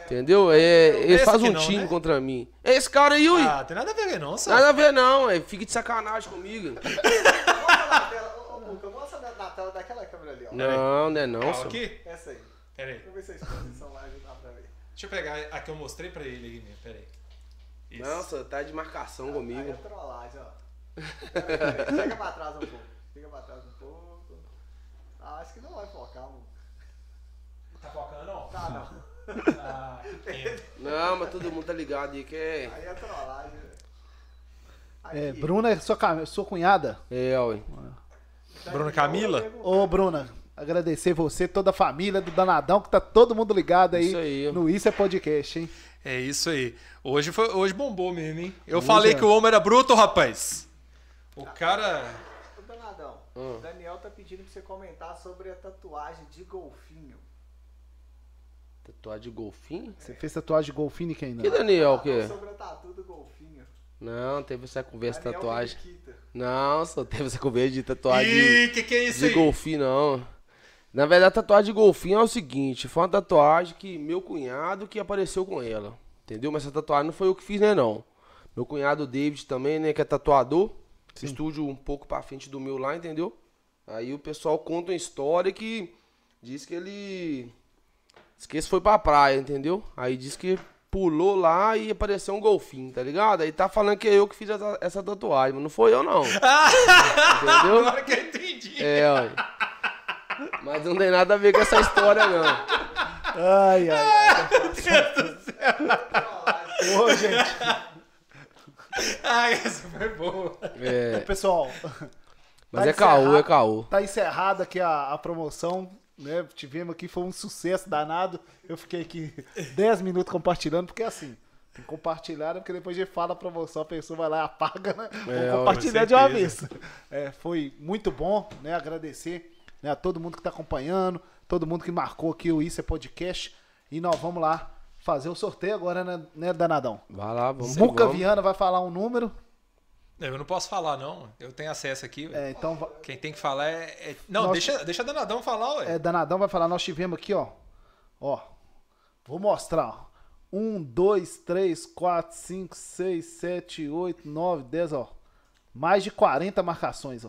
Entendeu? Ele Esse faz aqui um não, time né? contra mim. Esse cara aí, ui. Ah, tem nada a ver não, só. Nada a ver não, fica de sacanagem comigo. Mostra na tela, ô Muca, mostra na tela daquela câmera ali, ó. Não, não é não, Calma só. aqui. Essa aí. Pera aí. Deixa eu ver se a exposição vai ajudar pra ver. Deixa eu pegar a que eu mostrei pra ele aí mesmo, pera aí. Isso. Nossa, tá de marcação Aí é comigo. trollagem, ó. Pera aí, chega pra trás um pouco. Chega pra trás um pouco. Ah, acho que não vai focar, mano. Tá focando não? Tá, não. Ah, que pena. Não, mas todo mundo tá ligado aí que é. Aí é trollagem, velho. Aqui. Bruna é sua cunhada? Ué. Tá Bruna aqui, Camila? eu vou perguntar. Ô, Bruna, agradecer você, toda a família do Danadão, que tá todo mundo ligado aí, Isso aí. no Isso é Podcast, hein? É isso aí. Hoje bombou mesmo, hein? Eu Hoje falei é. que o homem era bruto, rapaz. O cara... Ô, Danadão, o Daniel tá pedindo pra você comentar sobre a tatuagem de golfinho. Tatuagem de golfinho? Você fez tatuagem de golfinho em quem não? Que Daniel, o Falou quê? sobre a tatu do golfinho. Não, teve essa conversa de Daniel tatuagem. Periquita. Não, só teve essa conversa de tatuagem Ih, que é isso de aí? golfinho, não. Na verdade, a tatuagem de golfinho é o seguinte, foi uma tatuagem que meu cunhado que apareceu com ela, entendeu? Mas essa tatuagem não foi eu que fiz, né, não. Meu cunhado David também, né, que é tatuador, estúdio um pouco pra frente do meu lá, entendeu? Aí o pessoal conta uma história que diz que ele... Diz que esse foi pra praia, entendeu? Aí diz que pulou lá e apareceu um golfinho, tá ligado? Aí tá falando que é eu que fiz essa tatuagem, mas não foi eu, não. Entendeu? Agora que eu entendi. É, olha. Mas não tem nada a ver com essa história, não. Ai, ai, ai. Ô, gente, Ah, essa foi boa. É, pessoal, mas tá é caô, encerrado. é caô. tá encerrada aqui a promoção, né? Tivemos aqui, foi um sucesso danado. Eu fiquei aqui 10 minutos compartilhando, porque assim, tem que compartilhar, né? Porque depois a gente fala a promoção, a pessoa vai lá e apaga, né? Vou compartilhar com de uma certeza. vez. Foi muito bom, né? Agradecer, né, a todo mundo que tá acompanhando, todo mundo que marcou aqui o Isso é Podcast. E nós vamos lá fazer o sorteio agora, né, Danadão? Vai lá, vamos que Muca vamos. Viana vai falar um número. Eu não posso falar, não. Eu tenho acesso aqui, velho. Então, Quem tem que falar é... Não, Nós- deixa a Danadão falar, ué. Danadão vai falar, nós tivemos aqui, ó. Ó. Vou mostrar, ó. 1, 2, 3, 4, 5, 6, 7, 8, 9, 10, ó. Mais de 40 marcações, ó.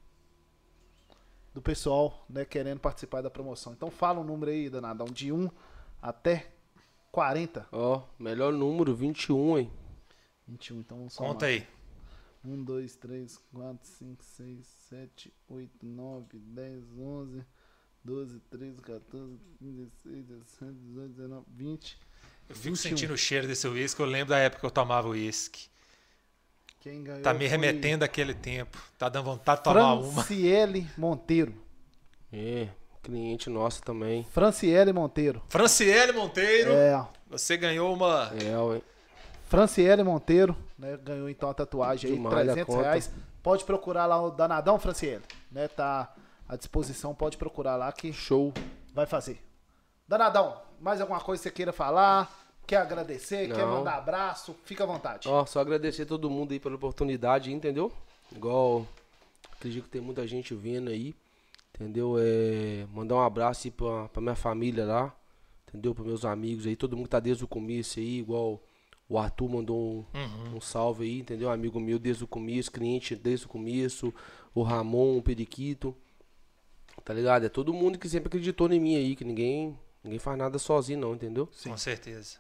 Do pessoal, né, querendo participar da promoção. Então fala um número aí, Danadão, de 1 até 40. Ó, melhor número, 21, hein? 21, então vamos somar. Conta aí. 1, 2, 3, 4, 5, 6, 7, 8, 9, 10, 11, 12, 13, 14, 15, 16, 17, 18, 19, 20. Eu fico 21. sentindo o cheiro desse uísque. Eu lembro da época que eu tomava uísque. Quem ganhou Tá me foi remetendo àquele tempo. Tá dando vontade de tomar uma. Franciele Monteiro. É, cliente nosso também. Franciele Monteiro. Franciele Monteiro, É, você ganhou uma... É, ué. Franciele Monteiro, né, ganhou então a tatuagem aí, Demais da R$300. conta. Pode procurar lá o Danadão, Franciele, né, tá à disposição, pode procurar lá que Show. vai fazer. Danadão, mais alguma coisa que você queira falar? Quer agradecer? Quer Não. mandar abraço? Fica à vontade. Ó, só agradecer a todo mundo aí pela oportunidade, entendeu? Igual, acredito que tem muita gente vendo aí, entendeu? Mandar um abraço aí pra minha família lá, entendeu? Para meus amigos aí, todo mundo que tá desde o começo aí, igual o Arthur mandou um salve aí, entendeu? Amigo meu desde o começo, cliente desde o começo, o Ramon, o Periquito, tá ligado? É todo mundo que sempre acreditou em mim aí, que ninguém faz nada sozinho não, entendeu? Com certeza.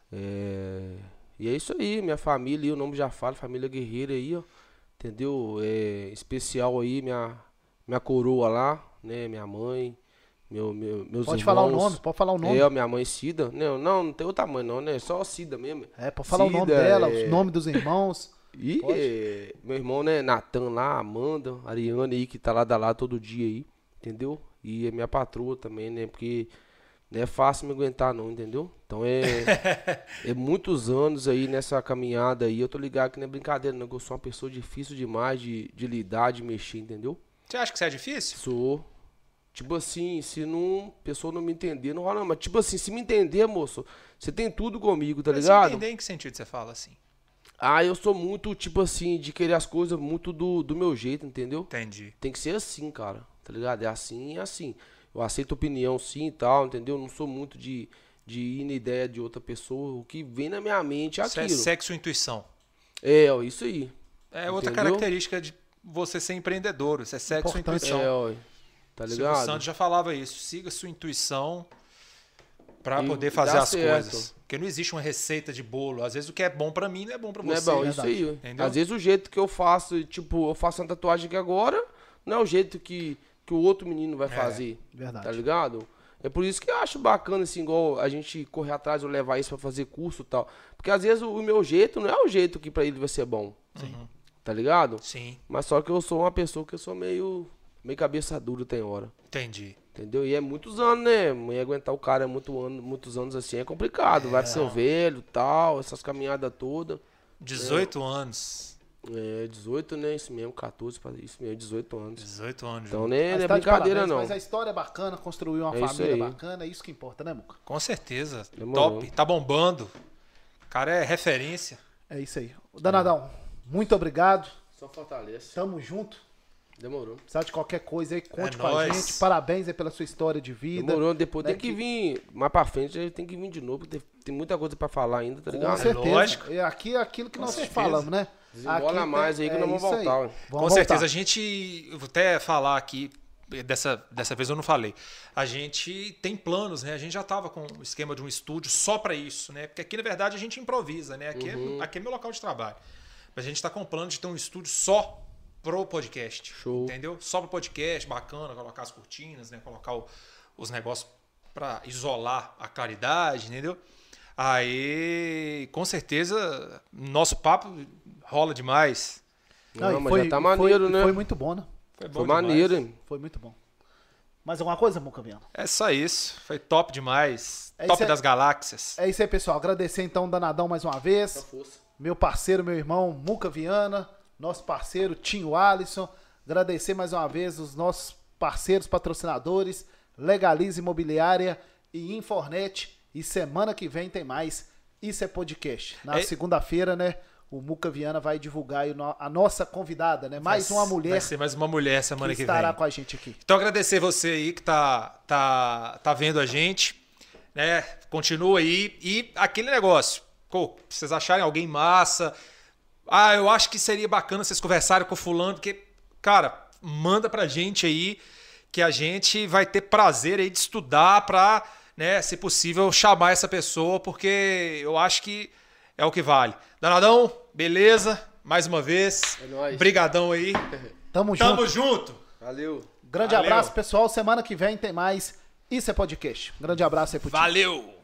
E é isso aí, minha família, o nome já fala, família guerreira aí, ó, entendeu? Especial aí, minha coroa lá, né, minha mãe, meus Pode irmãos. falar o nome, pode falar o nome. Minha mãe Cida, não tem outra mãe não, né, só Cida mesmo. Pode falar o nome Cida, dela, os nomes dos irmãos. E meu irmão, né, Natan lá, Amanda, Ariane aí, que tá lá da lá todo dia aí, entendeu? E é minha patroa também, né, porque não é fácil me aguentar não, entendeu? Então é muitos anos aí nessa caminhada aí, eu tô ligado que não é brincadeira não, que eu sou uma pessoa difícil demais de lidar, de mexer, entendeu? Você acha que isso é difícil? Sou. Tipo assim, se não, a pessoa não me entender, não rola não, mas tipo assim, se me entender, moço, você tem tudo comigo, tá Mas ligado? você entender em que sentido você fala assim? Ah, eu sou muito, tipo assim, de querer as coisas muito do meu jeito, entendeu? Entendi. Tem que ser assim, cara, tá ligado? É assim e assim. Eu aceito opinião sim e tal, entendeu? Não sou muito de de ir na ideia de outra pessoa. O que vem na minha mente é Isso é aquilo. sexo e intuição. Ó, isso aí. É outra Entendeu? característica de você ser empreendedor. Isso é sexo e Importante. intuição. Ó, tá O Silvio ligado? Santos já falava isso. Siga sua intuição para E poder fazer dá as certo. coisas. Porque não existe uma receita de bolo. Às vezes o que é bom para mim não é bom para Não é você. bom, isso aí. Entendeu? Às vezes o jeito que eu faço, tipo, eu faço uma tatuagem aqui agora, não é o jeito que o outro menino vai fazer. Verdade. Tá ligado? É por isso que eu acho bacana, assim, igual a gente correr atrás ou levar isso pra fazer curso e tal. Porque às vezes o meu jeito não é o jeito que pra ele vai ser bom. Tá ligado? Sim, Mas só que eu sou uma pessoa que eu sou meio cabeça dura, tem hora. entendi. Entendeu? E é muitos anos, né? E aguentar o cara muitos anos assim é complicado. Vai ser velho e tal, essas caminhadas todas. 18 anos. 18, né? Isso mesmo, 14, isso mesmo, 18 anos. 18 anos. Então, Ju. né, Mas não é tá de brincadeira, parabéns, não. Mas a história é bacana, construiu uma É isso família aí. bacana, é isso que importa, né, Muca? Com certeza. Demorou. Top. Tá bombando. O cara é referência. É isso aí. Danadão, muito obrigado. Só fortalece. Tamo junto. Demorou. Precisar de qualquer coisa aí, conte É com a nóis. gente. Parabéns aí pela sua história de vida. Demorou. Depois né, tem que vir, mais pra frente, ele tem que vir de novo, porque tem muita coisa pra falar ainda, tá Com ligado? certeza. lógico. E aqui é aquilo que Com nós certeza. falamos, né? Desembola Aqui mais aí que nós vamos isso aí. voltar, ué. Vamos Com certeza. voltar. A gente. Eu vou até falar aqui. Dessa vez eu não falei. A gente tem planos, né? A gente já tava com o esquema de um estúdio só pra isso, né? Porque aqui, na verdade, a gente improvisa, né? Aqui é meu local de trabalho. Mas a gente tá com plano de ter um estúdio só pro podcast. Show. Entendeu? Só pro podcast, bacana, colocar as cortinas, né? Colocar os negócios pra isolar a claridade, entendeu? Aí, com certeza, nosso papo rola demais. Não, e mas já tá maneiro, né? Foi muito bom, né? Foi bom Foi demais. maneiro, hein? Foi muito bom. Mais alguma coisa, Muca Viana? É só isso. Foi top demais. É Top isso aí. das galáxias. É isso aí, pessoal. Agradecer então o Danadão mais uma vez. Força. Meu parceiro, meu irmão, Muca Viana. Nosso parceiro, Tinho Alisson. Agradecer mais uma vez os nossos parceiros patrocinadores, Legalize Imobiliária e Infornet. E semana que vem tem mais. Isso é podcast. Na segunda-feira, né? O Muca Viana vai divulgar aí a nossa convidada, né? Mais uma mulher Vai ser mais uma mulher semana que que estará vem. com a gente aqui. Então agradecer você aí que tá vendo a gente, né? Continua aí. E aquele negócio, pô, se vocês acharem alguém massa, eu acho que seria bacana vocês conversarem com o fulano, porque, cara, manda pra gente aí que a gente vai ter prazer aí de estudar pra, né, se possível, chamar essa pessoa, porque eu acho que é o que vale. Danadão, beleza? Mais uma vez. É nóis. Brigadão aí. Tamo junto. Tamo junto. Valeu. Grande Valeu. abraço, pessoal. Semana que vem tem mais. Isso é podcast. Grande abraço aí pro time. Valeu!